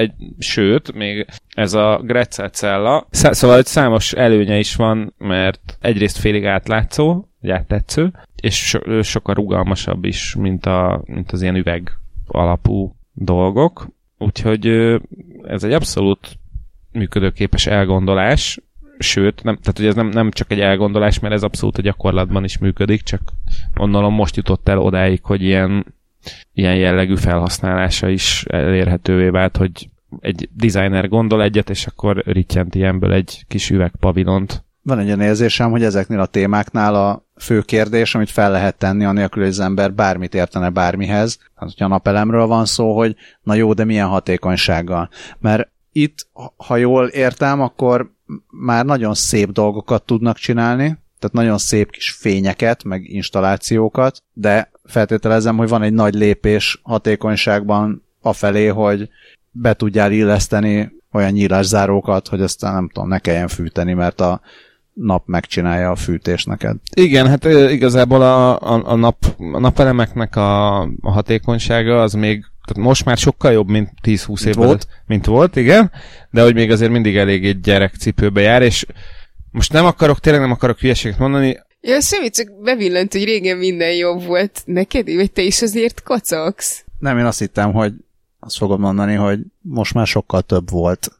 Sőt, még ez a Grätzel cella, szóval egy számos előnye is van, mert egyrészt félig átlátszó, vagy áttetsző, és sokkal rugalmasabb is, mint az ilyen üveg alapú dolgok. Úgyhogy ez egy abszolút működőképes elgondolás, sőt, tehát hogy ez nem csak egy elgondolás, mert ez abszolút a gyakorlatban is működik, csak gondolom most jutott el odáig, hogy ilyen jellegű felhasználása is elérhetővé vált, hogy egy designer gondol egyet, és akkor rittyent ilyenből egy kis üvegpavilont. Van egy olyan érzésem, hogy ezeknél a témáknál a fő kérdés, amit fel lehet tenni, anélkül, hogy az ember bármit értene bármihez. Hát, hogyha a napelemről van szó, hogy na jó, de milyen hatékonysággal. Mert itt, ha jól értem, akkor már nagyon szép dolgokat tudnak csinálni, tehát nagyon szép kis fényeket, meg installációkat, de feltételezem, hogy van egy nagy lépés hatékonyságban afelé, hogy be tudjál illeszteni olyan nyílászárókat, hogy aztán nem tudom, ne kelljen fűteni, mert a nap megcsinálja a fűtést neked. Igen, hát igazából a napelemeknek a hatékonysága az még, tehát most már sokkal jobb, mint 10-20 évvel. Mint volt, igen, de hogy még azért mindig eléggé gyerekcipőbe jár, és most tényleg nem akarok hülyeséget mondani. Ja, semmi, csak bevillant, hogy régen minden jobb volt. Neked, vagy te is azért kacagsz? Nem, én azt hittem, hogy azt fogod mondani, hogy most már sokkal több volt.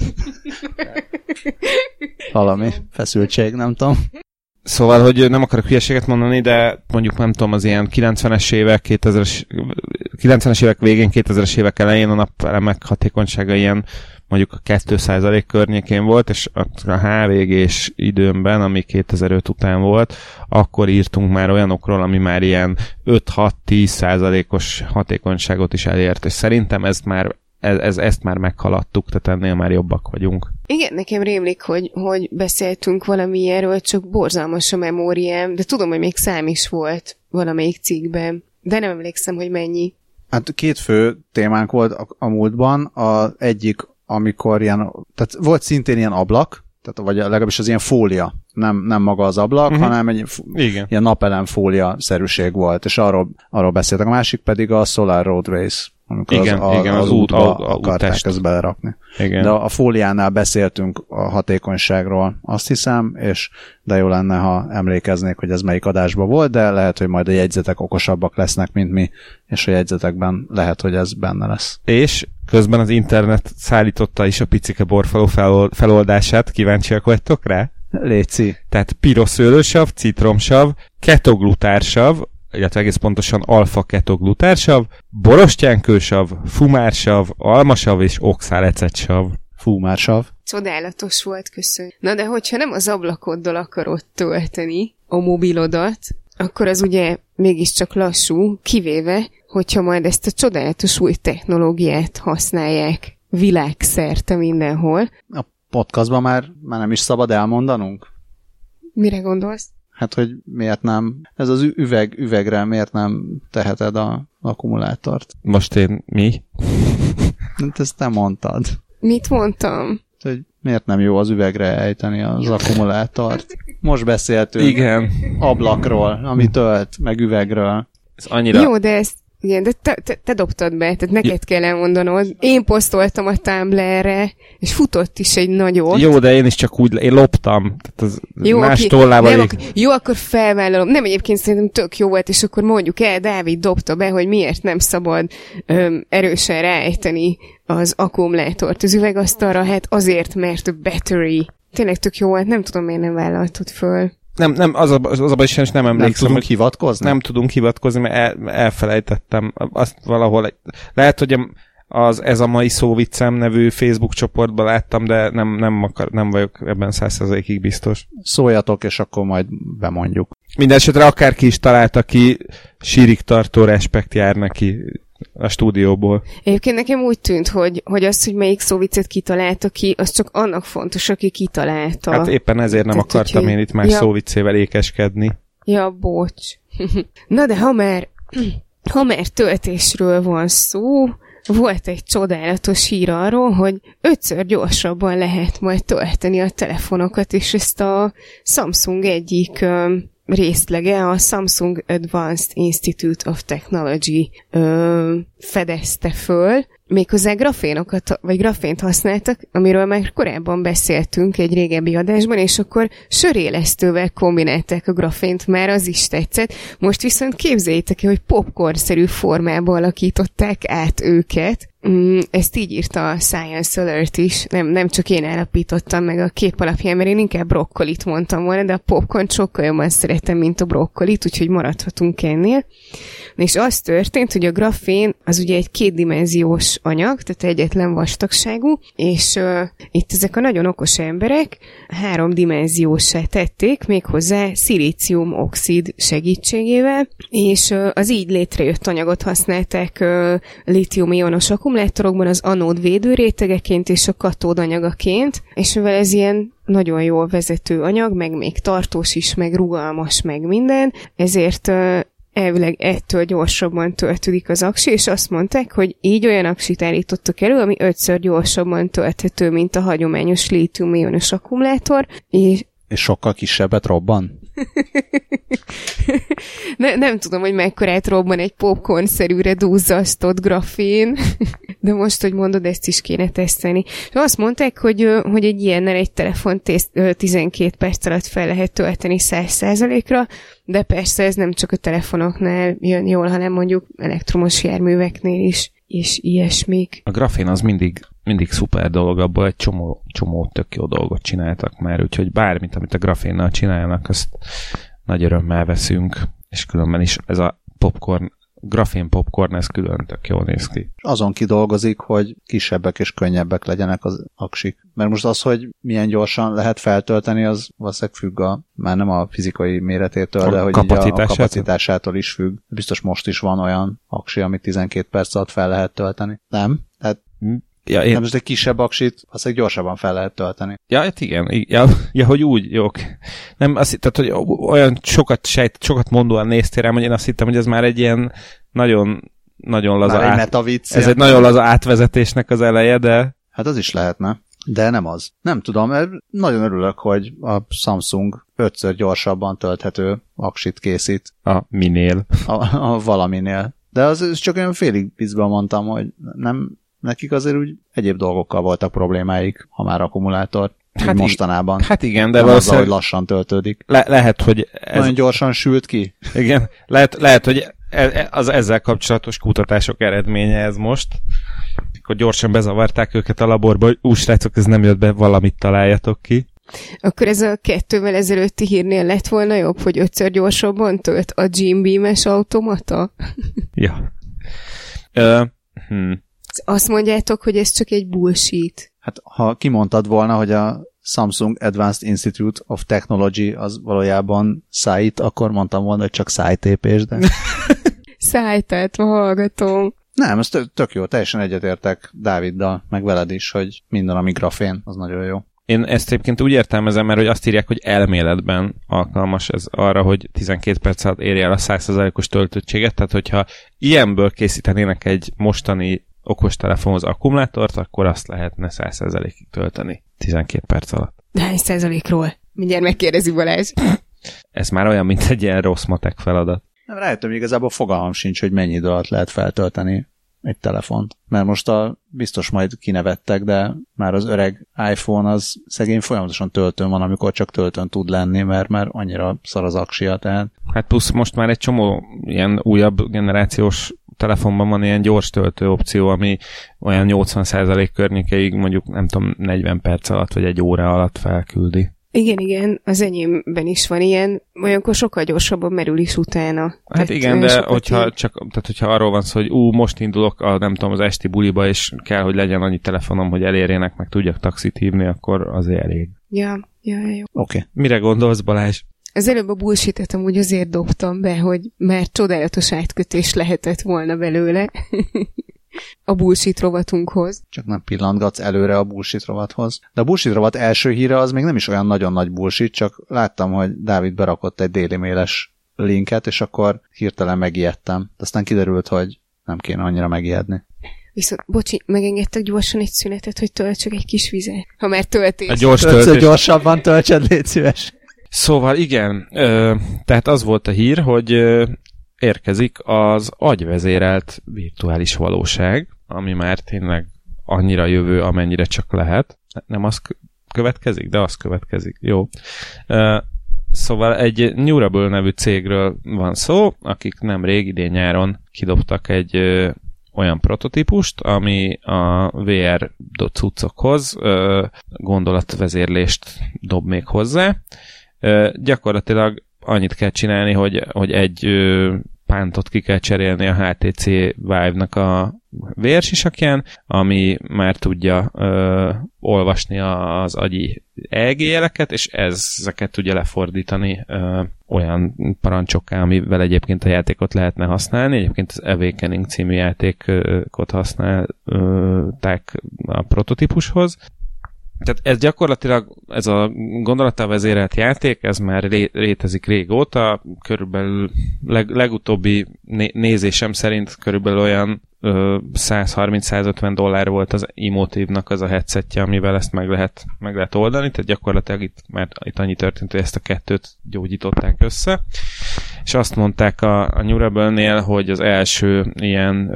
Valami feszültség, nem tudom. Szóval, hogy nem akarok hülyeséget mondani, de mondjuk nem tudom, az ilyen 90-es évek, 90-es évek végén, 2000-es évek elején a napelemek hatékonysága ilyen mondjuk a 2% környékén volt, és a HVG-s időmben, ami 2005 után volt, akkor írtunk már olyanokról, ami már ilyen 5-6-10%-os hatékonyságot is elért, és szerintem ezt már meghaladtuk, tehát ennél már jobbak vagyunk. Igen, nekem rémlik, hogy beszéltünk valamilyenről, csak borzalmas a memóriám, de tudom, hogy még szám is volt valamelyik cikkben, de nem emlékszem, hogy mennyi. Hát 2 fő témánk volt a múltban, az egyik, amikor ilyen, tehát volt szintén ilyen ablak, tehát vagy legalábbis az ilyen fólia, nem maga az ablak, hanem egy ilyen napelem fólia szerűség volt, és arról beszéltek. A másik pedig a Solar Road Race, amikor az útba akarták ezt belerakni. Igen. De a fóliánál beszéltünk a hatékonyságról, azt hiszem, de jó lenne, ha emlékeznék, hogy ez melyik adásban volt, de lehet, hogy majd a jegyzetek okosabbak lesznek, mint mi, és a jegyzetekben lehet, hogy ez benne lesz. És közben az internet szállította is a picike borfaló feloldását, kíváncsiak vagytok rá? Léci. Tehát piroszőlősav, citromsav, ketoglutársav, illetve egész pontosan alfa-ketoglutársav, borostyánkősav, fumársav, almasav és oxállecetsav. Fumársav. Csodálatos volt, köszönöm. Na de hogyha nem az ablakoddal akarod tölteni a mobilodat, akkor az ugye mégiscsak lassú, kivéve, hogyha majd ezt a csodálatos új technológiát használják világszerte mindenhol. A podcastban már nem is szabad elmondanunk? Mire gondolsz? Hát, hogy miért nem, ez az üvegre miért nem teheted az akkumulátort? Most mi? Ezt te mondtad. Mit mondtam? Hogy miért nem jó az üvegre ejteni az akkumulátort? Most beszéltünk. Igen. Ablakról, ami tölt, meg üvegről. Ez annyira... Jó, de ezt igen, de te dobtad be, tehát neked kell elmondanod. Én posztoltam a Tumblr-re, és futott is egy nagyot. Jó, de én is csak én loptam. Tehát az jó, más tollával... Jó, akkor felvállalom. Nem, egyébként szerintem tök jó volt, és akkor mondjuk el, Dávid dobta be, hogy miért nem szabad erősen ráejteni az akkumulátort az üvegasztalra, hát azért, mert a battery. Tényleg tök jó volt, nem tudom, miért nem vállaltod föl. Nem, az a baj, is nem emlékszem. Nem tudunk hivatkozni? Nem tudunk hivatkozni, mert elfelejtettem. Azt valahol... Lehet, hogy ez a mai szóviccem nevű Facebook csoportban láttam, de nem vagyok ebben 100%-ig biztos. Szóljatok, és akkor majd bemondjuk. Mindenesetre akárki is találta ki, sírig tartó respekt jár neki a stúdióból. Egyébként nekem úgy tűnt, hogy az, hogy melyik szóviccet kitalálta ki, az csak annak fontos, aki kitalálta. Hát éppen ezért nem akartam én itt más szóviccével ékeskedni. Ja, bocs. Na de ha már töltésről van szó, volt egy csodálatos hír arról, hogy 5-ször gyorsabban lehet majd tölteni a telefonokat, és ezt a Samsung egyik részlege, a Samsung Advanced Institute of Technology fedezte föl. Méghozzá grafént használtak, amiről már korábban beszéltünk egy régebbi adásban, és akkor sörélesztővel kombinálták a grafént, már az is tetszett. Most viszont képzeljétek el, hogy popcorn-szerű formába alakították át őket. Ezt így írta a Science Alert is, nem csak én állapítottam meg a kép alapján, mert én inkább brokkolit mondtam volna, de a popcorn sokkal jobban szeretem, mint a brokkolit, úgyhogy maradhatunk ennél. És az történt, hogy a grafén az ugye egy kétdimenziós anyag, tehát egyetlen vastagságú, és itt ezek a nagyon okos emberek 3-dimenziósá tették, méghozzá szilícium-oxid segítségével, és az így létrejött anyagot használták lítium-ionos akkumulátorokban az anód védőrétegeként és a katód anyagaként, és mivel ez ilyen nagyon jól vezető anyag, meg még tartós is, meg rugalmas, meg minden, ezért elvileg ettől gyorsabban töltődik az aksi, és azt mondták, hogy így olyan aksit állítottak elő, ami 5-ször gyorsabban tölthető, mint a hagyományos lítium-ionos akkumulátor. És sokkal kisebbet robban? Nem tudom, hogy mekkorát robban egy popcorn-szerűre duzzasztott grafén, de most, hogy mondod, ezt is kéne tesztelni. És azt mondták, hogy egy ilyennel egy telefon 12 perc alatt fel lehet tölteni 100%-ra, de persze ez nem csak a telefonoknál jön jól, hanem mondjuk elektromos járműveknél is, és ilyesmik. A grafén az mindig szuper dolog, abból egy csomó tök jó dolgot csináltak már, úgyhogy bármit, amit a grafénnal csinálnak, azt nagy örömmel veszünk, és különben is ez a grafén popcorn, ez külön tök jól néz ki. Azon kidolgozik, hogy kisebbek és könnyebbek legyenek az aksik. Mert most az, hogy milyen gyorsan lehet feltölteni, az valószínűleg függ már nem a fizikai méretétől, de hogy a kapacitásától is függ. Biztos most is van olyan aksi, amit 12 perc alatt fel lehet tölteni. Nem? Tehát nem, most egy kisebb aksit, azt gyorsabban fel lehet tölteni. Ja, hát igen. Ja, hogy úgy, jó. Nem, azt hittem, hogy olyan sokat mondóan néztél rám, hogy én azt hittem, hogy ez már egy ilyen nagyon laza ez egy nagyon laza átvezetésnek az eleje, de... Hát az is lehetne, de nem az. Nem tudom, mert nagyon örülök, hogy a Samsung 5-ször gyorsabban tölthető aksit készít. A minél. A valaminél. De az csak olyan félig viccből mondtam, hogy nem... Nekik azért úgy egyéb dolgokkal voltak problémáik, ha már akkumulátor. Hát mostanában. Hát igen, de valószínűleg... hogy lassan töltődik. Lehet, hogy... Nagyon gyorsan sült ki. Igen, lehet hogy az ezzel kapcsolatos kutatások eredménye ez most. Akkor gyorsan bezavarták őket a laborba, hogy srácok, ez nem jött be, valamit találjatok ki. Akkor ez a 2-vel ezelőtti hírnél lett volna jobb, hogy 5-ször gyorsabban tölt a Jim Beam-es automata? Ja. Azt mondjátok, hogy ez csak egy bullshit. Hát ha kimondtad volna, hogy a Samsung Advanced Institute of Technology az valójában SAIT, akkor mondtam volna, hogy csak szájtépés, de... Szájtát, hallgatom. Nem, ez tök jó, teljesen egyetértek Dáviddal, meg veled is, hogy minden, ami grafén, az nagyon jó. Én ezt egyébként úgy értelmezem, mert hogy azt írják, hogy elméletben alkalmas ez arra, hogy 12 perc alatt érje el a 100%-os töltöttséget, tehát hogyha ilyenből készítenének egy mostani okostelefonhoz akkumulátort, akkor azt lehetne 100%-ig tölteni 12 perc alatt. De hány százalékról? Mindjárt megkérdezi Balázs. Ez már olyan, mint egy ilyen rossz matek feladat. Nem, rájöttem, hogy igazából fogalmam sincs, hogy mennyi idő alatt lehet feltölteni egy telefont. Mert most biztos majd kinevettek, de már az öreg iPhone az szegény folyamatosan töltőn van, amikor csak töltőn tud lenni, mert már annyira szar az aksia, tehát. Hát plusz most már egy csomó ilyen újabb generációs telefonban van ilyen gyors töltő opció, ami olyan 80% környékeig mondjuk nem tudom 40 perc alatt vagy egy óra alatt felküldi. Igen, az enyémben is van ilyen, olyankor sokkal gyorsabban merül is utána. Hát tehát igen, de hogyha arról van szó, hogy most indulok nem tudom, az esti buliba, és kell, hogy legyen annyi telefonom, hogy elérjenek, meg tudjak taxit hívni, akkor azért elég. Ja, jó. Oké. Mire gondolsz, Balázs? Az előbb a bullshit-et amúgy azért dobtam be, hogy már csodálatos átkötés lehetett volna belőle a bullshit rovatunkhoz. Csak nem pillantgatsz előre a bullshit rovathoz. De a bullshit rovat első híre az még nem is olyan nagyon nagy bullshit, csak láttam, hogy Dávid berakott egy Daily Mail-es linket, és akkor hirtelen megijedtem. De aztán kiderült, hogy nem kéne annyira megijedni. Viszont, bocsi, megengedtek gyorsan egy szünetet, hogy töltsök egy kis vizet. Ha már töltés. A gyors töltés. Ötször gyorsabban töltsed, légy szíves. Szóval igen, tehát az volt a hír, hogy érkezik az agyvezérelt virtuális valóság, ami már tényleg annyira jövő, amennyire csak lehet. Nem az következik, de az következik. Jó. Szóval egy Neurable nevű cégről van szó, akik nemrég idén-nyáron kidobtak egy olyan prototípust, ami a VR cuccokhoz gondolatvezérlést dob még hozzá. Gyakorlatilag annyit kell csinálni, hogy egy pántot ki kell cserélni a HTC Vive-nak a vérsisakján, ami már tudja olvasni az agyi EEG jeleket, és ezeket tudja lefordítani olyan parancsokká, amivel egyébként a játékot lehetne használni. Egyébként az Awakening című játékot használták a prototípushoz. Tehát ez gyakorlatilag, ez a gondolattal vezérelt játék, ez már létezik régóta, körülbelül legutóbbi nézésem szerint körülbelül olyan $130-150 volt az Emotive-nak az a headsetje, amivel ezt meg lehet oldani, tehát gyakorlatilag itt annyi történt, hogy ezt a kettőt gyógyították össze, és azt mondták a New Rebel-nél, hogy az első ilyen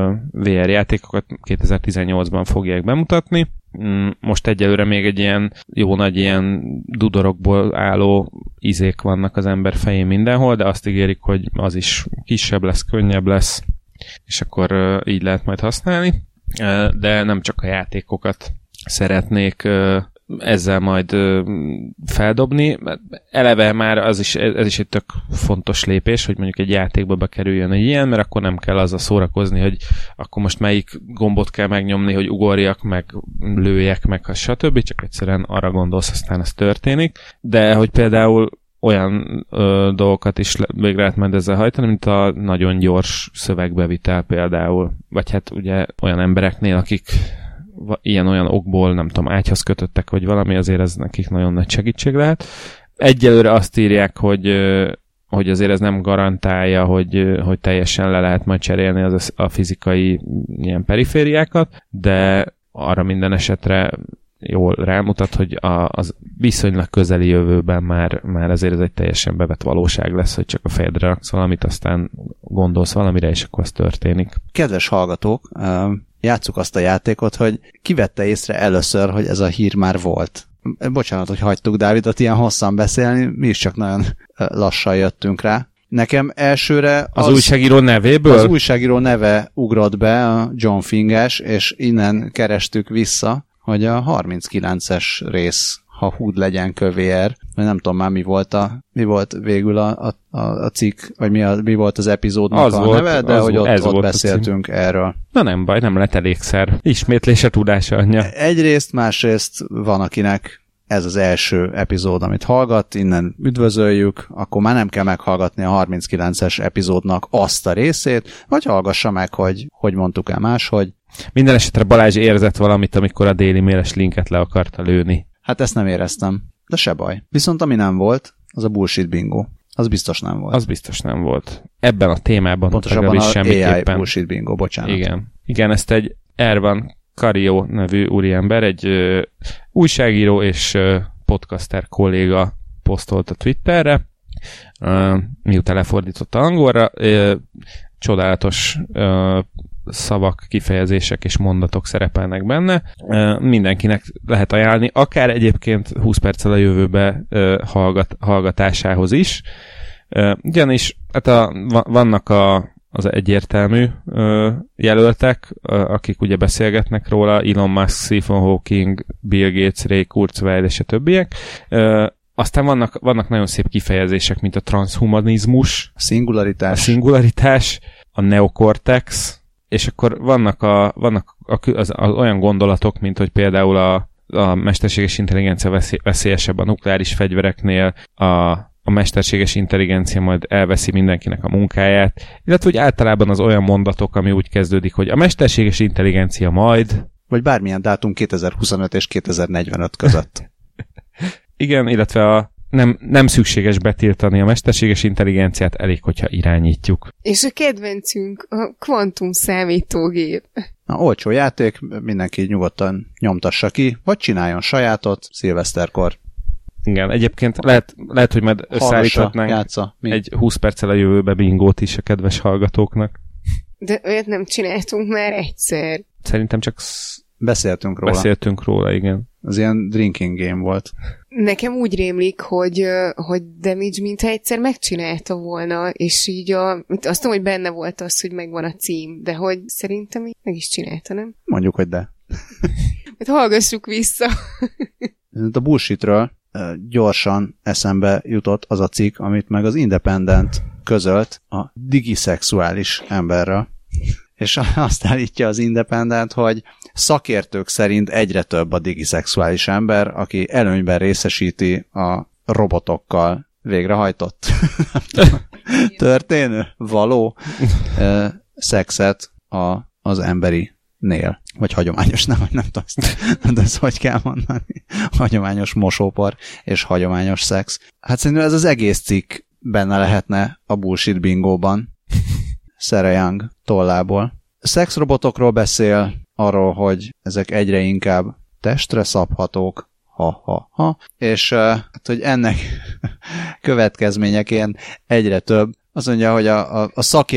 VR játékokat 2018-ban fogják bemutatni. Most egyelőre még egy ilyen jó nagy ilyen dudorokból álló izék vannak az ember fején mindenhol, de azt ígérik, hogy az is kisebb lesz, könnyebb lesz, és akkor így lehet majd használni. De nem csak a játékokat szeretnék ezzel majd feldobni. Eleve már ez is egy tök fontos lépés, hogy mondjuk egy játékba bekerüljön egy ilyen, mert akkor nem kell azzal szórakozni, hogy akkor most melyik gombot kell megnyomni, hogy ugorjak, meg lőjek, meg stb. Csak egyszerűen arra gondolsz, aztán ez történik. De hogy például olyan dolgokat is végre lehet majd ezzel hajtani, mint a nagyon gyors szövegbevitel például. Vagy hát ugye olyan embereknél, akik ilyen-olyan okból, nem tudom, ágyhoz kötöttek, vagy valami, azért ez nekik nagyon nagy segítség lehet. Egyelőre azt írják, hogy azért ez nem garantálja, hogy teljesen le lehet majd cserélni a fizikai ilyen perifériákat, de arra minden esetre jól rámutat, hogy az viszonylag közeli jövőben már azért ez egy teljesen bevett valóság lesz, hogy csak a fejedre raksz valamit, aztán gondolsz valamire, és akkor az történik. Kedves hallgatók, játsszuk azt a játékot, hogy ki vette észre először, hogy ez a hír már volt. Bocsánat, hogy hagytuk Dávidot ilyen hosszan beszélni, mi is csak nagyon lassan jöttünk rá. Nekem elsőre az újságíró nevéből? Az újságíró neve ugrott be, a John Finges, és innen kerestük vissza, hogy a 39-es rész, ha húd legyen kövér, vagy nem tudom már mi volt végül a cikk, vagy mi volt az epizódnak az a volt, neve, de hogy ott beszéltünk erről. Na nem baj, nem lett elégszer. Ismétlése tudása anyja. Egyrészt, másrészt van, akinek ez az első epizód, amit hallgat, innen üdvözöljük, akkor már nem kell meghallgatni a 39-es epizódnak azt a részét, vagy hallgassa meg, hogy mondtuk el máshogy. Minden esetre Balázs érzett valamit, amikor a Daily Mail-es linket le akarta lőni. Hát ezt nem éreztem, de se baj. Viszont ami nem volt, az a bullshit bingo. Az biztos nem volt. Az biztos nem volt. Ebben a témában pontosabban a AI bullshit bingo, bocsánat. Igen, ezt egy Ervan Cario nevű úriember, egy újságíró és podcaster kolléga posztolt a Twitterre, miután lefordította angolra. Csodálatos szavak, kifejezések és mondatok szerepelnek benne. Mindenkinek lehet ajánlani, akár egyébként 20 perccel a jövőbe hallgatásához is. Ugyanis hát vannak az egyértelmű jelöltek, akik ugye beszélgetnek róla, Elon Musk, Stephen Hawking, Bill Gates, Ray Kurzweil és a többiek. Aztán vannak nagyon szép kifejezések, mint a transhumanizmus, a szingularitás, a neokortex, és akkor vannak az olyan gondolatok, mint hogy például a mesterséges intelligencia veszélyesebb a nukleáris fegyvereknél, a mesterséges intelligencia majd elveszi mindenkinek a munkáját, illetve hogy általában az olyan mondatok, ami úgy kezdődik, hogy a mesterséges intelligencia majd... Vagy bármilyen dátum 2025 és 2045 között. Igen, illetve nem szükséges betiltani a mesterséges intelligenciát, elég, hogyha irányítjuk. És a kedvencünk a kvantum számítógép. Na, olcsó játék, mindenki nyugodtan nyomtassa ki, vagy csináljon sajátot szilveszterkor. Igen, egyébként lehet, hogy majd összeállíthatnánk egy 20 perccel a jövőbe bingót is a kedves hallgatóknak. De olyat nem csináltunk már egyszer. Szerintem csak beszéltünk róla, igen. Az ilyen drinking game volt. Nekem úgy rémlik, hogy Damage mintha egyszer megcsinálta volna, és így azt tudom, hogy benne volt az, hogy megvan a cím, de hogy szerintem így meg is csinálta, nem? Mondjuk, hogy de. Hát hallgassuk vissza. A bullshitről gyorsan eszembe jutott az a cikk, amit meg az Independent közölt a digiszexuális emberről. És azt állítja az Independent, hogy szakértők szerint egyre több a digiszexuális ember, aki előnyben részesíti a robotokkal végrehajtott történő, való szexet az emberi nél. Vagy hagyományos, nem tudom, de ezt hogy kell mondani. Hagyományos mosópor és hagyományos szex. Hát szerintem ez az egész cikk benne lehetne a bullshit bingóban. Sarah Young tollából. Szexrobotokról beszél, arról, hogy ezek egyre inkább testre szabhatók, és hát, hogy ennek következményeként egyre több. Azt mondja, hogy a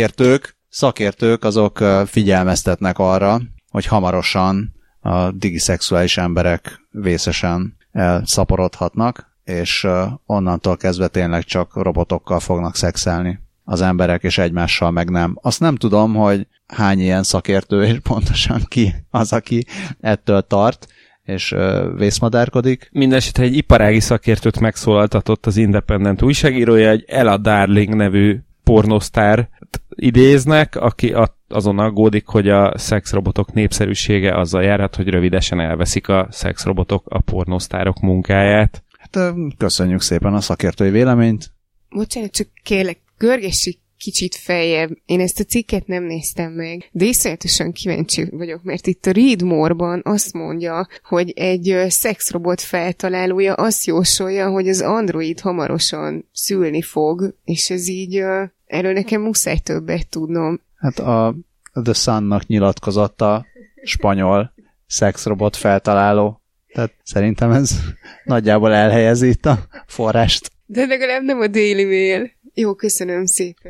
szakértők azok figyelmeztetnek arra, hogy hamarosan a digiszexuális emberek vészesen elszaporodhatnak, és onnantól kezdve tényleg csak robotokkal fognak szexelni az emberek, és egymással meg nem. Azt nem tudom, hogy hány ilyen szakértő, és pontosan ki az, aki ettől tart, és vészmadárkodik. Mindenesetre egy iparági szakértőt megszólaltatott az Independent újságírója, egy Ella Darling nevű pornosztár idéznek, aki azon aggódik, hogy a szexrobotok népszerűsége azzal járhat, hogy rövidesen elveszik a szexrobotok a pornosztárok munkáját. Hát köszönjük szépen a szakértői véleményt. Bocsánat, csak kérlek, görgessék kicsit feljebb. Én ezt a cikket nem néztem meg, de iszonyatosan kíváncsi vagyok, mert itt a Read More-ban azt mondja, hogy egy szexrobot feltalálója azt jósolja, hogy az Android hamarosan szülni fog, és ez így erről nekem muszáj többet tudnom. Hát a The Sun-nak nyilatkozott a spanyol szexrobot feltaláló. Tehát szerintem ez nagyjából elhelyezi itt a forrást. De legalább nem a Daily Mail. Jó, köszönöm szépen.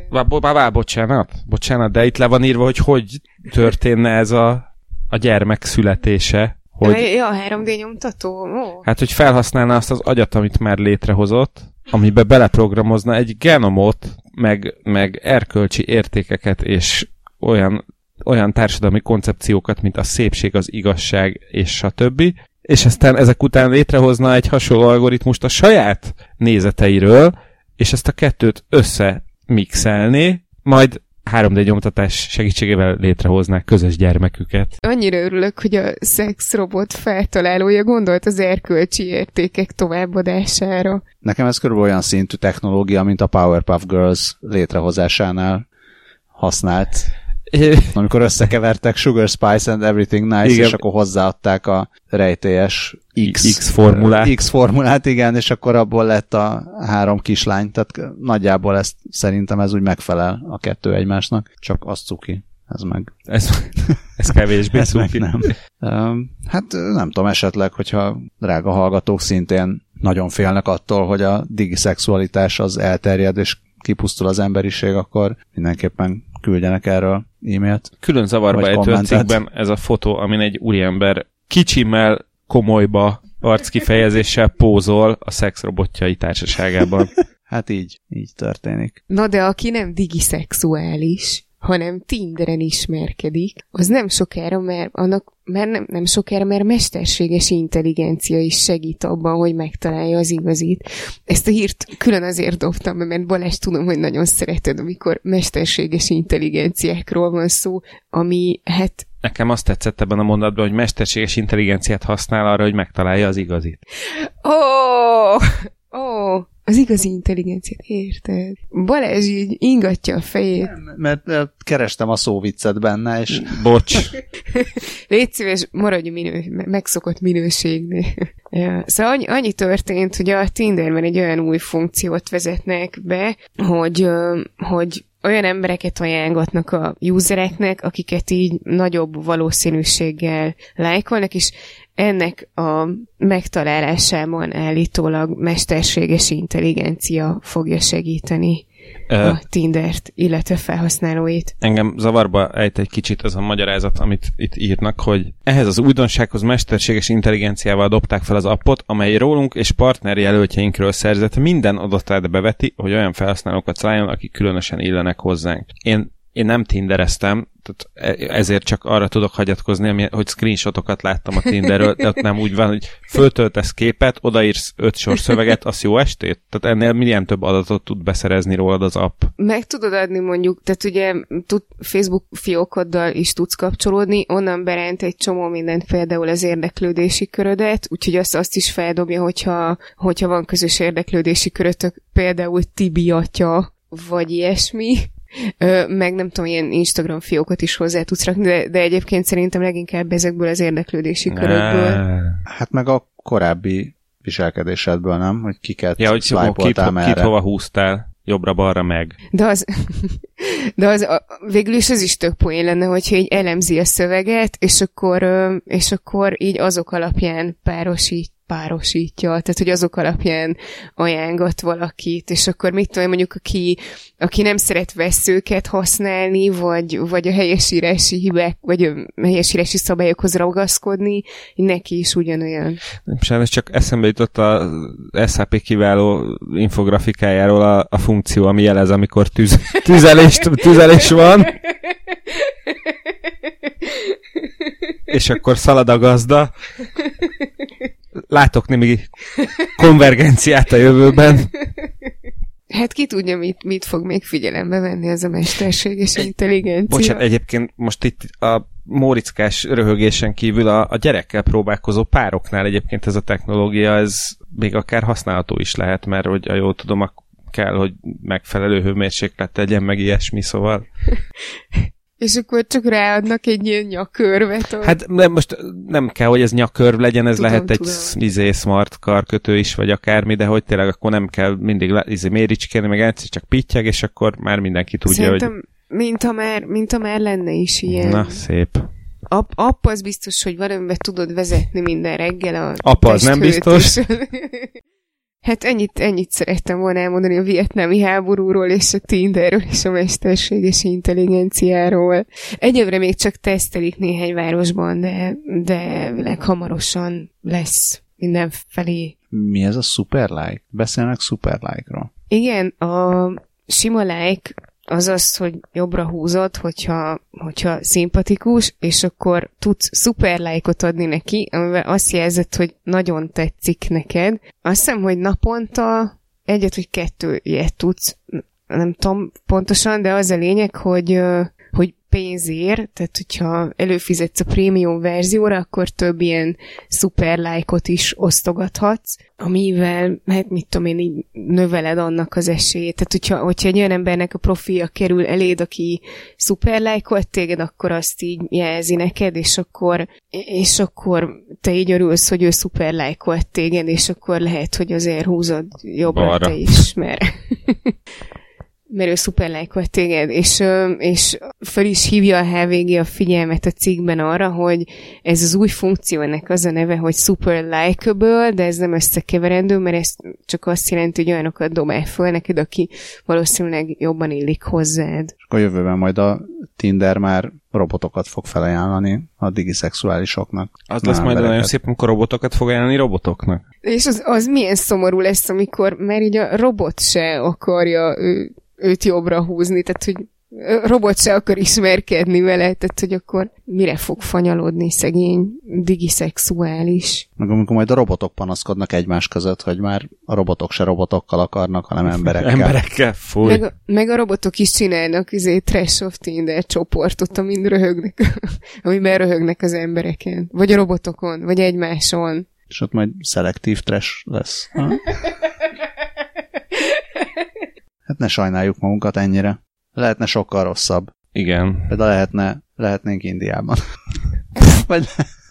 Bocsánat, de itt le van írva, hogy történne ez a gyermek születése. Hogy, ja, 3D nyomtató. Oh. Hát, hogy felhasználná azt az agyat, amit már létrehozott, amibe beleprogramozna egy genomot, meg erkölcsi értékeket, és olyan társadalmi koncepciókat, mint a szépség, az igazság, és a többi. És aztán ezek után létrehozna egy hasonló algoritmust a saját nézeteiről, és ezt a kettőt összemixelni, majd 3D nyomtatás segítségével létrehoznák közös gyermeküket. Annyira örülök, hogy a szexrobot feltalálója gondolt az erkölcsi értékek továbbadására. Nekem ez körülbelül olyan szintű technológia, mint a Powerpuff Girls létrehozásánál használt. Amikor összekevertek Sugar Spice and Everything Nice, igen. És akkor hozzáadták a rejtélyes X formulát, igen, és akkor abból lett a 3 kislány, tehát nagyjából szerintem ez úgy megfelel a 2 egymásnak, csak az cuki, ez meg. Ez kevésbé cuki. Nem. Hát nem tudom, esetleg, hogyha drága hallgatók szintén nagyon félnek attól, hogy a digiszexualitás az elterjed, és kipusztul az emberiség, akkor mindenképpen küldjenek erről e-mailt. Külön zavarba ejtő cikkben ez a fotó, amin egy úriember kicsimmel komolyba arckifejezéssel pózol a szexrobotjai társaságában. Hát így történik. Na de aki nem digiszexuális, hanem Tinderen ismerkedik, az nem sokára, mert mesterséges intelligencia is segít abban, hogy megtalálja az igazit. Ezt a hírt külön azért dobtam be, mert Balázs, tudom, hogy nagyon szereted, amikor mesterséges intelligenciákról van szó, ami hát... Nekem azt tetszett ebben a mondatban, hogy mesterséges intelligenciát használ arra, hogy megtalálja az igazit. Az igazi intelligenciát, érted? Balázs így ingatja a fejét. Nem, mert kerestem a szóviccet benne, és... Bocs. Légy szíves, maradj megszokott minőségnél. Ja. Szóval annyi történt, hogy a Tinderben egy olyan új funkciót vezetnek be, hogy olyan embereket ajánlgatnak a usereknek, akiket így nagyobb valószínűséggel lájkolnak, és ennek a megtalálásában állítólag mesterséges intelligencia fogja segíteni a Tindert, illetve felhasználóit. Engem zavarba ejt egy kicsit az a magyarázat, amit itt írnak, hogy ehhez az újdonsághoz mesterséges intelligenciával dobták fel az appot, amely rólunk és partnerjelöltjeinkről szerzett minden adatát beveti, hogy olyan felhasználókat találjon, akik különösen illenek hozzánk. Én nem tindereztem, tehát ezért csak arra tudok hagyatkozni, hogy screenshotokat láttam a Tinderről, de ott nem úgy van, hogy föltöltesz képet, odaírsz 5 sor szöveget, az jó estét? Tehát ennél milyen több adatot tud beszerezni rólad az app? Meg tudod adni mondjuk, tehát ugye Facebook fiókoddal is tudsz kapcsolódni, onnan beránt egy csomó mindent, például az érdeklődési körödet, úgyhogy azt is feldobja, hogyha van közös érdeklődési körötök, például Tibi atya, vagy ilyesmi, Meg nem tudom, ilyen Instagram fiókat is hozzá tudsz rakni, de egyébként szerintem leginkább ezekből az érdeklődési körökből. Hát meg a korábbi viselkedésedből, nem? Hogy kiket swipe-oltál merre. Kit hova húztál, jobbra-balra meg. De az végül is ez is tök poén lenne, hogyha így elemzi a szöveget, és akkor így azok alapján párosítja, tehát hogy azok alapján ajánlgat valakit, és akkor mit tudom, mondjuk aki nem szeret vesszőket használni, vagy a helyesírási hibák, vagy a helyesírási szabályokhoz ragaszkodni, neki is ugyanolyan. Sajnos csak eszembe jutott a SAP kiváló infografikájáról a funkció, ami jelez, amikor tüzelés van. És akkor szalad a gazda. Látok némi konvergenciát a jövőben. Hát ki tudja, mit fog még figyelembe venni ez a mesterséges intelligencia. Bocsánat, egyébként most itt a mórickás röhögésen kívül a gyerekkel próbálkozó pároknál egyébként ez a technológia, ez még akár használható is lehet, mert hogy jól tudom, kell, hogy megfelelő hőmérséklet legyen, meg ilyesmi, szóval... És akkor csak ráadnak egy ilyen nyakörvet. Hát most nem kell, hogy ez nyakörv legyen, ez tudom, lehet egy smart karkötő is, vagy akármi, de hogy tényleg akkor nem kell mindig méricskélni, meg egyszer csak pittyeg, és akkor már mindenki tudja, szerintem, hogy... mint ha már lenne is ilyen. Na, szép. App az biztos, hogy valamiben tudod vezetni minden reggel a Apa az nem biztos. Hát ennyit szerettem volna elmondani a vietnámi háborúról, és a Tinderről, és a mesterséges intelligenciáról. Egyelőre még csak tesztelik néhány városban, de hamarosan lesz mindenfelé. Mi ez a super like? Beszélnek super like-ról. Igen, a sima like az az, hogy jobbra húzod, hogyha szimpatikus, és akkor tudsz szuper lájkot adni neki, amivel azt jelzed, hogy nagyon tetszik neked. Azt hiszem, hogy naponta 1 vagy 2 ilyet tudsz, nem tudom pontosan, de az a lényeg, hogy pénzért, tehát hogyha előfizetsz a prémium verzióra, akkor több ilyen szuper lájkot is osztogathatsz, amivel, hát mit tudom én, így növeled annak az esélyét. Tehát hogyha egy olyan embernek a profilja kerül eléd, aki szuper lájkolt téged, akkor azt így jelzi neked, és akkor te így örülsz, hogy ő szuper lájkolt téged, és akkor lehet, hogy azért húzod jobbra te is, mert ő szuper lájkolt téged, és fel is hívja a HVG a figyelmet a cikkben arra, hogy ez az új funkció, ennek az a neve, hogy super likeable, de ez nem összekeverendő, mert ez csak azt jelenti, hogy olyanokat dobál föl neked, aki valószínűleg jobban illik hozzád. És a jövőben majd a Tinder már robotokat fog felajánlani a digiszexuálisoknak. Az lesz majd nagyon szép, amikor robotokat fog ajánlani robotoknak. És az milyen szomorú lesz, amikor már így a robot se akarja őt jobbra húzni, tehát hogy robot se akar ismerkedni vele, tehát hogy akkor mire fog fanyalodni szegény digiszexuális. Meg amikor majd a robotok panaszkodnak egymás között, hogy már a robotok se robotokkal akarnak, hanem emberekkel. Emberekkel, fúj. Meg a robotok is csinálnak Trash of Tinder csoportot, amiben röhögnek az embereken. Vagy a robotokon, vagy egymáson. És ott majd szelektív trash lesz. Ha? Hát ne sajnáljuk magunkat ennyire. Lehetne sokkal rosszabb. Igen. De lehetnénk Indiában. Vagy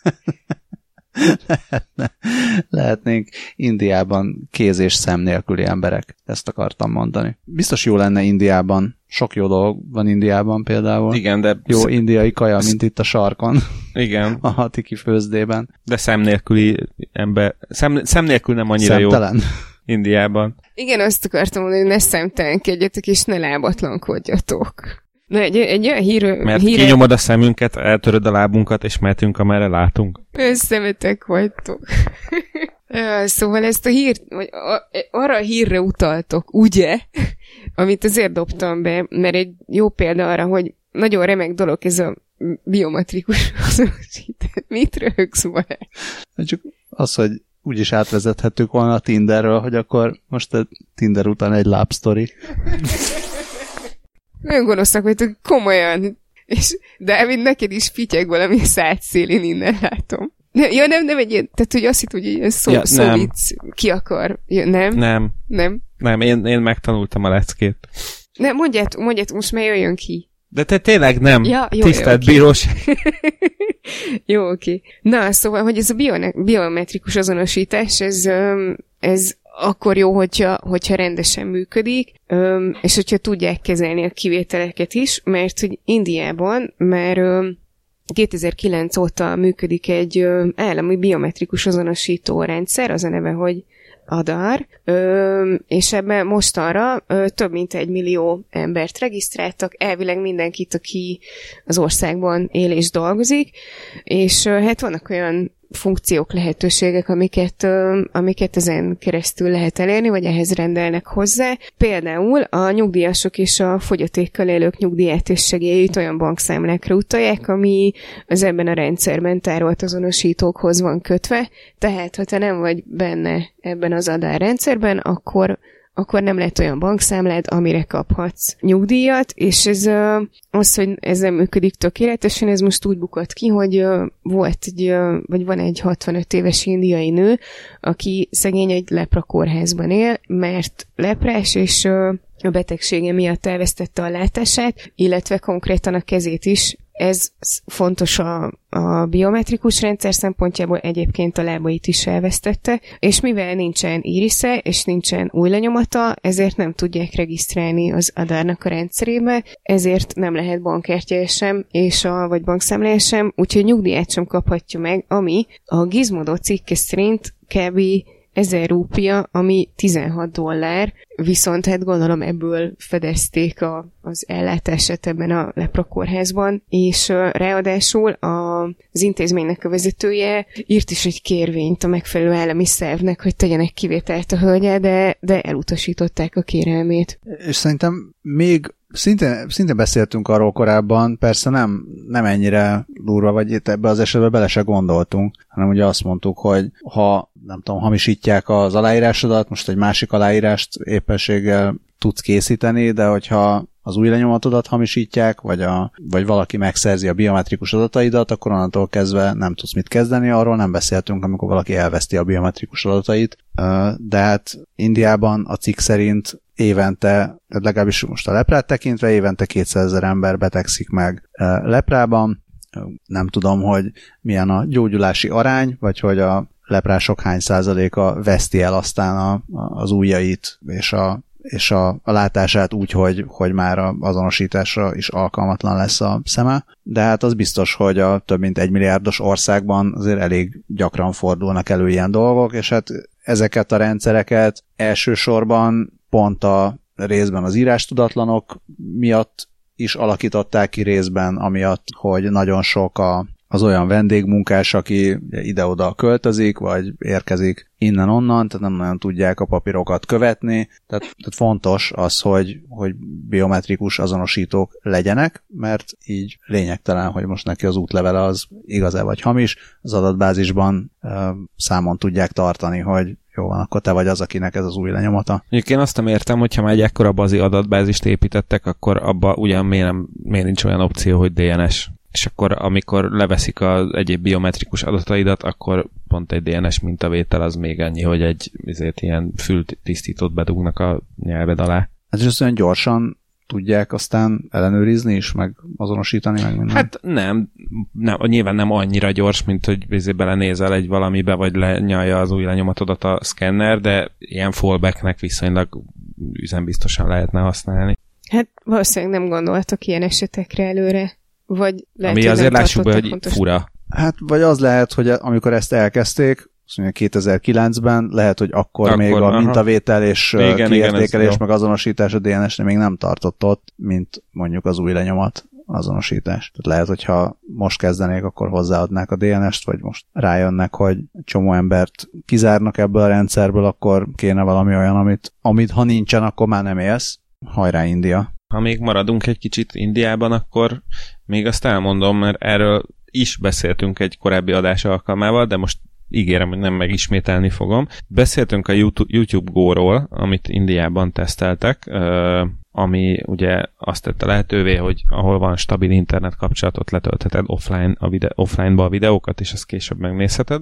lehetnénk Indiában kéz és szem nélküli emberek. Ezt akartam mondani. Biztos jó lenne Indiában. Sok jó dolog van Indiában például. Igen, de... Jó indiai kaja, mint itt a sarkon. Igen. A Hatiki főzdében. De szem nélküli ember... Szem nélkül nem annyira szemtelen. Jó Indiában. Igen, azt akartam mondani, hogy ne szemtelenkedjetek, és ne lábatlankodjatok. Na, egy olyan hír... Mert kinyomod a szemünket, eltöröd a lábunkat, és mehetünk, amerre látunk. Összemetek vagytok. Szóval ezt a hírt, vagy arra a hírre utaltok, ugye? Amit azért dobtam be, mert egy jó példa arra, hogy nagyon remek dolog ez a biometrikus azonosítás. Mit röhögsz vele? Csak az, hogy úgyis átvezethettük volna a Tinderről, hogy akkor most a Tinder után egy love story. Nagyon gonoszak vagytok, komolyan. És Dávid, neked is fityeg valami szátszélén, innen látom. Nem egy ilyen, tehát hogy azt hitt, hogy ilyen szóvic ki akar. Ja, nem? Nem, én megtanultam a leckét. Ne, mondját, most már jöjjön ki. De te tényleg nem. Ja, jó, tisztelt bíróság. Jó, oké. Na, szóval, hogy ez a biometrikus azonosítás, ez akkor jó, hogyha rendesen működik, és hogyha tudják kezelni a kivételeket is, mert hogy Indiában már 2009 óta működik egy állami biometrikus azonosító rendszer, az a neve, hogy Aadhaar, és ebben mostanra több mint 1 millió embert regisztráltak, elvileg mindenkit, aki az országban él és dolgozik, és hát vannak olyan funkciók, lehetőségek, amiket ezen keresztül lehet elérni, vagy ehhez rendelnek hozzá. Például a nyugdíjasok és a fogyatékkal élők nyugdíját és segélyeit olyan bankszámlákra utalják, ami az ebben a rendszerben tárolt azonosítókhoz van kötve, tehát ha te nem vagy benne ebben az Aadhaar rendszerben, akkor nem lehet olyan bankszámlád, amire kaphatsz nyugdíjat, és ez hogy ez nem működik tökéletesen, ez most úgy bukott ki, hogy van egy 65 éves indiai nő, aki szegény egy leprakórházban él, mert leprás, és a betegsége miatt elvesztette a látását, illetve konkrétan a kezét is. Ez fontos a biometrikus rendszer szempontjából, egyébként a lábait is elvesztette, és mivel nincsen írisze, és nincsen új lenyomata, ezért nem tudják regisztrálni az Aadhaarnak a rendszerébe, ezért nem lehet bankkártyája sem, vagy bankszámlája sem, úgyhogy nyugdíját sem kaphatja meg, ami a Gizmodo cikke szerint kb. 1000 rúpia, ami $16, viszont hát gondolom ebből fedezték az ellátását ebben a leprakórházban, és ráadásul az intézménynek a vezetője írt is egy kérvényt a megfelelő állami szervnek, hogy tegyenek kivételt a hölgyel, de elutasították a kérelmét. És szerintem még szinte beszéltünk arról korábban, persze nem ennyire durva, vagy itt ebbe az esetben bele se gondoltunk, hanem ugye azt mondtuk, hogy ha nem tudom, hamisítják az aláírásodat, most egy másik aláírást éppenséggel tudsz készíteni, de hogyha az új lenyomatodat hamisítják, vagy valaki megszerzi a biometrikus adataidat, akkor onnantól kezdve nem tudsz mit kezdeni, arról nem beszéltünk, amikor valaki elveszti a biometrikus adatait, de hát Indiában a cikk szerint évente, legalábbis most a leprát tekintve, évente 200 000 ember betegszik meg leprában. Nem tudom, hogy milyen a gyógyulási arány, vagy hogy a leprások hány százaléka veszti el aztán az ujjait és a látását úgy, hogy már az azonosításra is alkalmatlan lesz a szeme. De hát az biztos, hogy a több mint 1 milliárdos országban azért elég gyakran fordulnak elő ilyen dolgok, és hát ezeket a rendszereket elsősorban pont a részben az írástudatlanok miatt is alakították ki, részben amiatt, hogy nagyon sok az olyan vendégmunkás, aki ide-oda költözik, vagy érkezik innen-onnan, tehát nem nagyon tudják a papírokat követni. Tehát fontos az, hogy biometrikus azonosítók legyenek, mert így lényegtelen, hogy most neki az útlevele az igaz-e vagy hamis. Az adatbázisban számon tudják tartani, hogy jó van, akkor te vagy az, akinek ez az új lenyomata. Én azt nem értem, hogyha már egy ekkora bazi adatbázist építettek, akkor abba ugyan miért nincs olyan opció, hogy DNS. És akkor, amikor leveszik az egyéb biometrikus adataidat, akkor pont egy DNS mintavétel az még annyi, hogy egy ilyen fültisztítót bedugnak a nyelved alá. Ez is olyan gyorsan tudják aztán ellenőrizni is, meg azonosítani, meg minden? Hát nem, nyilván nem annyira gyors, mint hogy belenézel egy valamibe, vagy lenyalja az új lenyomatodat a szkenner, de ilyen fallbacknek viszonylag üzenbiztosan lehetne használni. Hát valószínűleg nem gondoltak ilyen esetekre előre. Vagy lehet, ami azért lássuk be, hogy fura. Hát, vagy az lehet, hogy amikor ezt elkezdték, azt mondja 2009-ben, lehet, hogy akkor még a mintavétel és kiértékelés, meg azonosítás a DNS-nél még nem tartott ott, mint mondjuk az új lenyomat azonosítás. Tehát lehet, hogyha most kezdenék, akkor hozzáadnák a DNS-t, vagy most rájönnek, hogy csomó embert kizárnak ebből a rendszerből, akkor kéne valami olyan, amit ha nincsen, akkor már nem élsz. Hajrá, India! Ha még maradunk egy kicsit Indiában, akkor még azt elmondom, mert erről is beszéltünk egy korábbi adás alkalmával, de most ígérem, hogy nem megismételni fogom. Beszéltünk a YouTube Go-ról, amit Indiában teszteltek, ami ugye azt tette lehetővé, hogy ahol van stabil internet kapcsolatot, letöltheted offline-ba a videókat, és azt később megnézheted.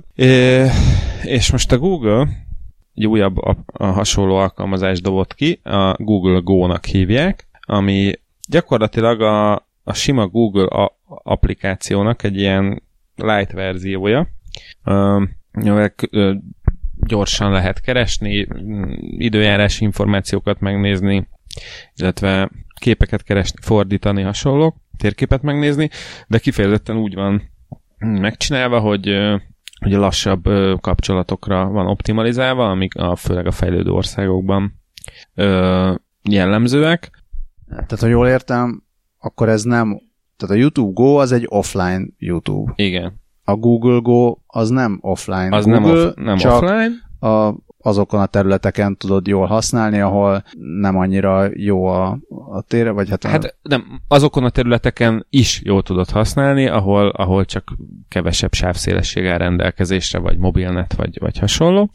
És most a Google egy újabb hasonló alkalmazást dobott ki, a Google Go-nak hívják, ami gyakorlatilag a sima Google applikációnak egy ilyen light verziója, mivel gyorsan lehet keresni, időjárási információkat megnézni, illetve képeket keresni, fordítani, hasonlók, térképet megnézni, de kifejezetten úgy van megcsinálva, hogy lassabb kapcsolatokra van optimalizálva, amik főleg a fejlődő országokban jellemzőek. Tehát, ha jól értem, akkor ez nem... Tehát a YouTube Go az egy offline YouTube. Igen. A Google Go az nem offline. Az Google, nem csak offline. Azokon a területeken tudod jól használni, ahol nem annyira jó a tére, vagy hát nem, azokon a területeken is jól tudod használni, ahol csak kevesebb sávszélesség áll rendelkezésre, vagy mobilnet, vagy hasonló.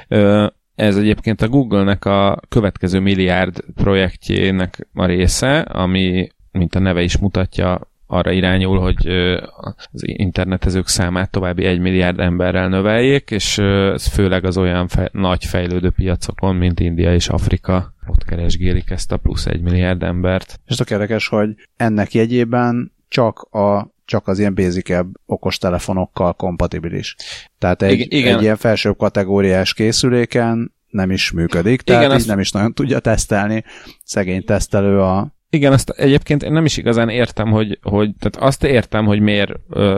Ez egyébként a Google-nek a következő milliárd projektjének a része, ami, mint a neve is mutatja, arra irányul, hogy az internetezők számát további 1 milliárd emberrel növeljék, és ez főleg az olyan nagy fejlődő piacokon, mint India és Afrika, ott keresgélik ezt a plusz 1 milliárd embert. És tök érdekes, hogy ennek jegyében csak az ilyen basicebb okostelefonokkal kompatibilis. Tehát egy ilyen felsőbb kategóriás készüléken nem is működik, tehát igen, így nem is nagyon tudja tesztelni. Szegény tesztelő Igen, azt egyébként én nem is igazán értem, hogy tehát azt értem, hogy miért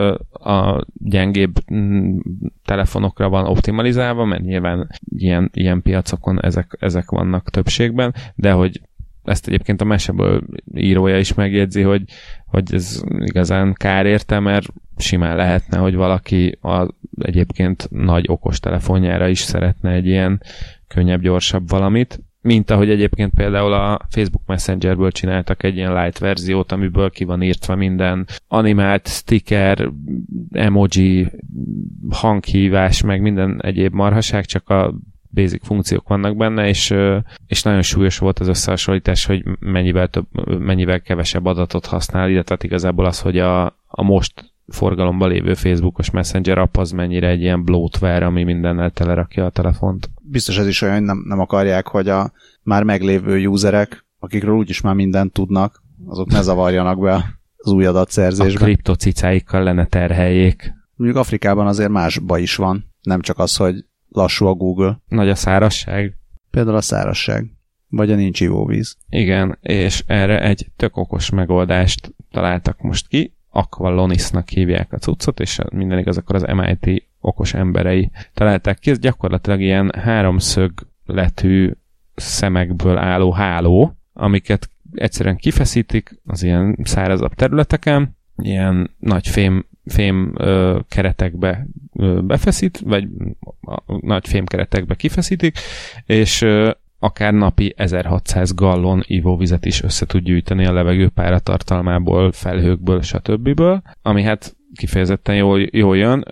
a gyengébb telefonokra van optimalizálva, mert nyilván ilyen piacokon ezek vannak többségben, de hogy ezt egyébként a meseből írója is megjegyzi, hogy ez igazán kár érte, mert simán lehetne, hogy valaki egyébként nagy okos telefonjára is szeretne egy ilyen könnyebb, gyorsabb valamit, mint ahogy egyébként például a Facebook Messengerből csináltak egy ilyen light verziót, amiből ki van írtva minden animált sticker, emoji, hanghívás, meg minden egyéb marhaság, csak a basic funkciók vannak benne, és nagyon súlyos volt az összehasonlítás, hogy mennyivel kevesebb adatot használ, illetve igazából az, hogy a most forgalomban lévő Facebookos Messenger app az mennyire egy ilyen bloatware, ami mindennel telerakja a telefont. Biztos ez is olyan, hogy nem akarják, hogy a már meglévő userek, akikről úgyis már mindent tudnak, azok ne zavarjanak be az új adatszerzésbe. A kriptocicáikkal lenne terheljék. Mondjuk Afrikában azért másba is van, nem csak az, hogy lassú a Google. Nagy a szárazság. Például a szárazság. Vagy a nincs ivóvíz. Igen, és erre egy tök okos megoldást találtak most ki. Aqualonisnak hívják a cuccot, és minden igaz, akkor az MIT okos emberei találták ki. Ez gyakorlatilag ilyen háromszögletű szemekből álló háló, amiket egyszerűen kifeszítik az ilyen szárazabb területeken, ilyen nagy fém keretekbe befeszít, vagy nagy fémkeretekbe kifeszítik, és akár napi 1600 gallon ivóvizet is össze tud gyűjteni a levegő páratartalmából, felhőkből, stb. Ami hát kifejezetten jól jön.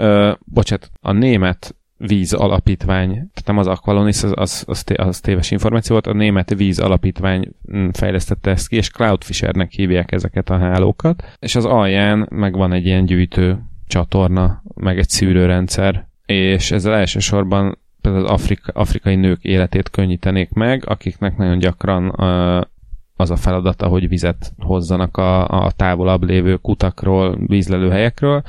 A német víz alapítvány, tehát nem az Aqualonis, az téves információ volt, a német víz alapítvány fejlesztette ezt ki, és Cloudfishernek hívják ezeket a hálókat, és az alján meg van egy ilyen gyűjtő csatorna, meg egy szűrőrendszer, és ezzel elsősorban például az afrikai nők életét könnyítenék meg, akiknek nagyon gyakran az a feladata, hogy vizet hozzanak a távolabb lévő kutakról, vízlelőhelyekről.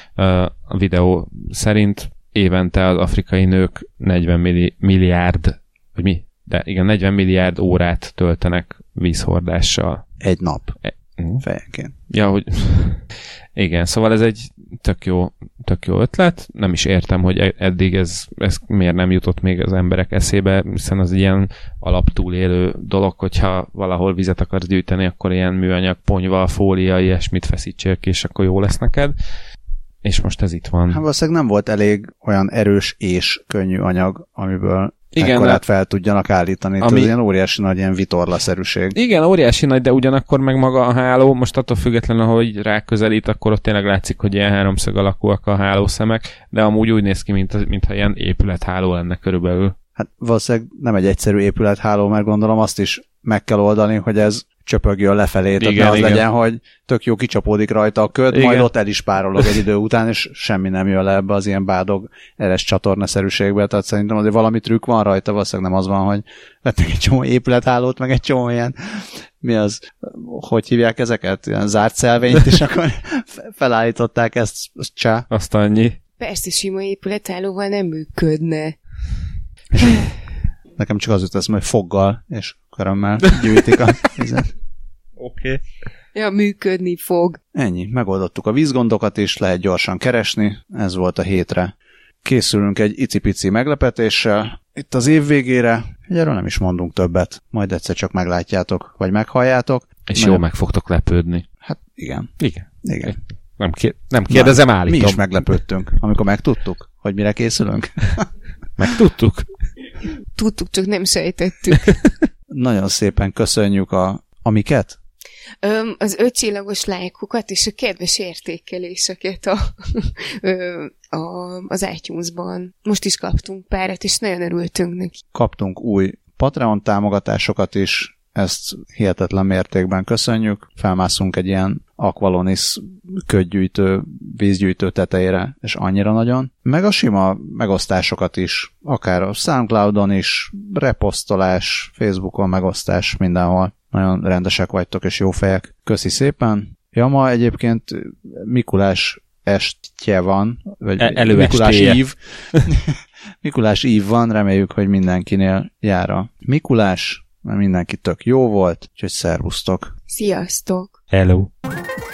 A videó szerint évente az afrikai nők 40 milliárd, vagy mi? De igen, 40 milliárd órát töltenek vízhordással. Egy nap. Fejenként. Ja, hogy... Igen, szóval ez egy tök jó ötlet. Nem is értem, hogy eddig ez miért nem jutott még az emberek eszébe, hiszen az ilyen alaptúlélő dolog, hogyha valahol vizet akarsz gyűjteni, akkor ilyen műanyag ponyva, fólia, ilyesmit feszítsél ki, és akkor jó lesz neked. És most ez itt van. Hát valószínűleg nem volt elég olyan erős és könnyű anyag, amiből ekkorát fel tudjanak állítani. Ez ilyen óriási nagy ilyen vitorlaszerűség. Igen, óriási nagy, de ugyanakkor meg maga a háló, most attól függetlenül, ahogy ráközelít, akkor ott tényleg látszik, hogy ilyen háromszög alakúak a hálószemek, de amúgy úgy néz ki, mintha ilyen épületháló lenne körülbelül. Hát valószínűleg nem egy egyszerű épületháló, mert gondolom azt is meg kell oldani, hogy ez csöpögjön lefelé, tehát igen, ne az igen. legyen, hogy tök jó kicsapódik rajta a köd, Igen. majd ott el is párolog egy idő után, és semmi nem jön le ebbe az ilyen bádog eres csatornaszerűségbe, tehát szerintem azért valami trükk van rajta, valószínűleg nem az van, hogy vettek egy csomó épülethálót, meg egy csomó ilyen, mi az, hogy hívják ezeket, ilyen zárt szelvényt, és akkor felállították ezt, csá. Azt annyi. Persze sima épületállóval nem működne. Nekem csak az jut eszembe, hogy foggal és körömmel gyűjtik a vizet. Oké. Ja, működni fog. Ennyi, megoldottuk a vízgondokat is, lehet gyorsan keresni, ez volt a hétre. Készülünk egy icipici meglepetéssel, itt az év végére, erről nem is mondunk többet, majd egyszer csak meglátjátok, vagy meghalljátok. És jól meg fogtok lepődni. Hát igen. Igen. Nem kérdezem, állítom. Mi is meglepődtünk, amikor megtudtuk, hogy mire készülünk. Megtudtuk? Tudtuk, csak nem sejtettük. Nagyon szépen köszönjük amiket? Az 5 csillagos lájkokat és a kedves értékeléseket az iTunes-ban. Most is kaptunk párat, és nagyon örültünk neki. Kaptunk új Patreon támogatásokat is, ezt hihetetlen mértékben köszönjük. Felmászunk egy ilyen Aqualonis ködgyűjtő, vízgyűjtő tetejére, és annyira nagyon. Meg a sima megosztásokat is, akár a SoundCloudon is, reposztolás, Facebookon megosztás, mindenhol. Nagyon rendesek vagytok, és jó fejek. Köszi szépen. Ja, ma egyébként Mikulás estje van, vagy Mikulás ív. Mikulás ív van, reméljük, hogy mindenkinél jár a Mikulás, mert mindenki tök jó volt, úgyhogy szervusztok. Sziasztok! Hello!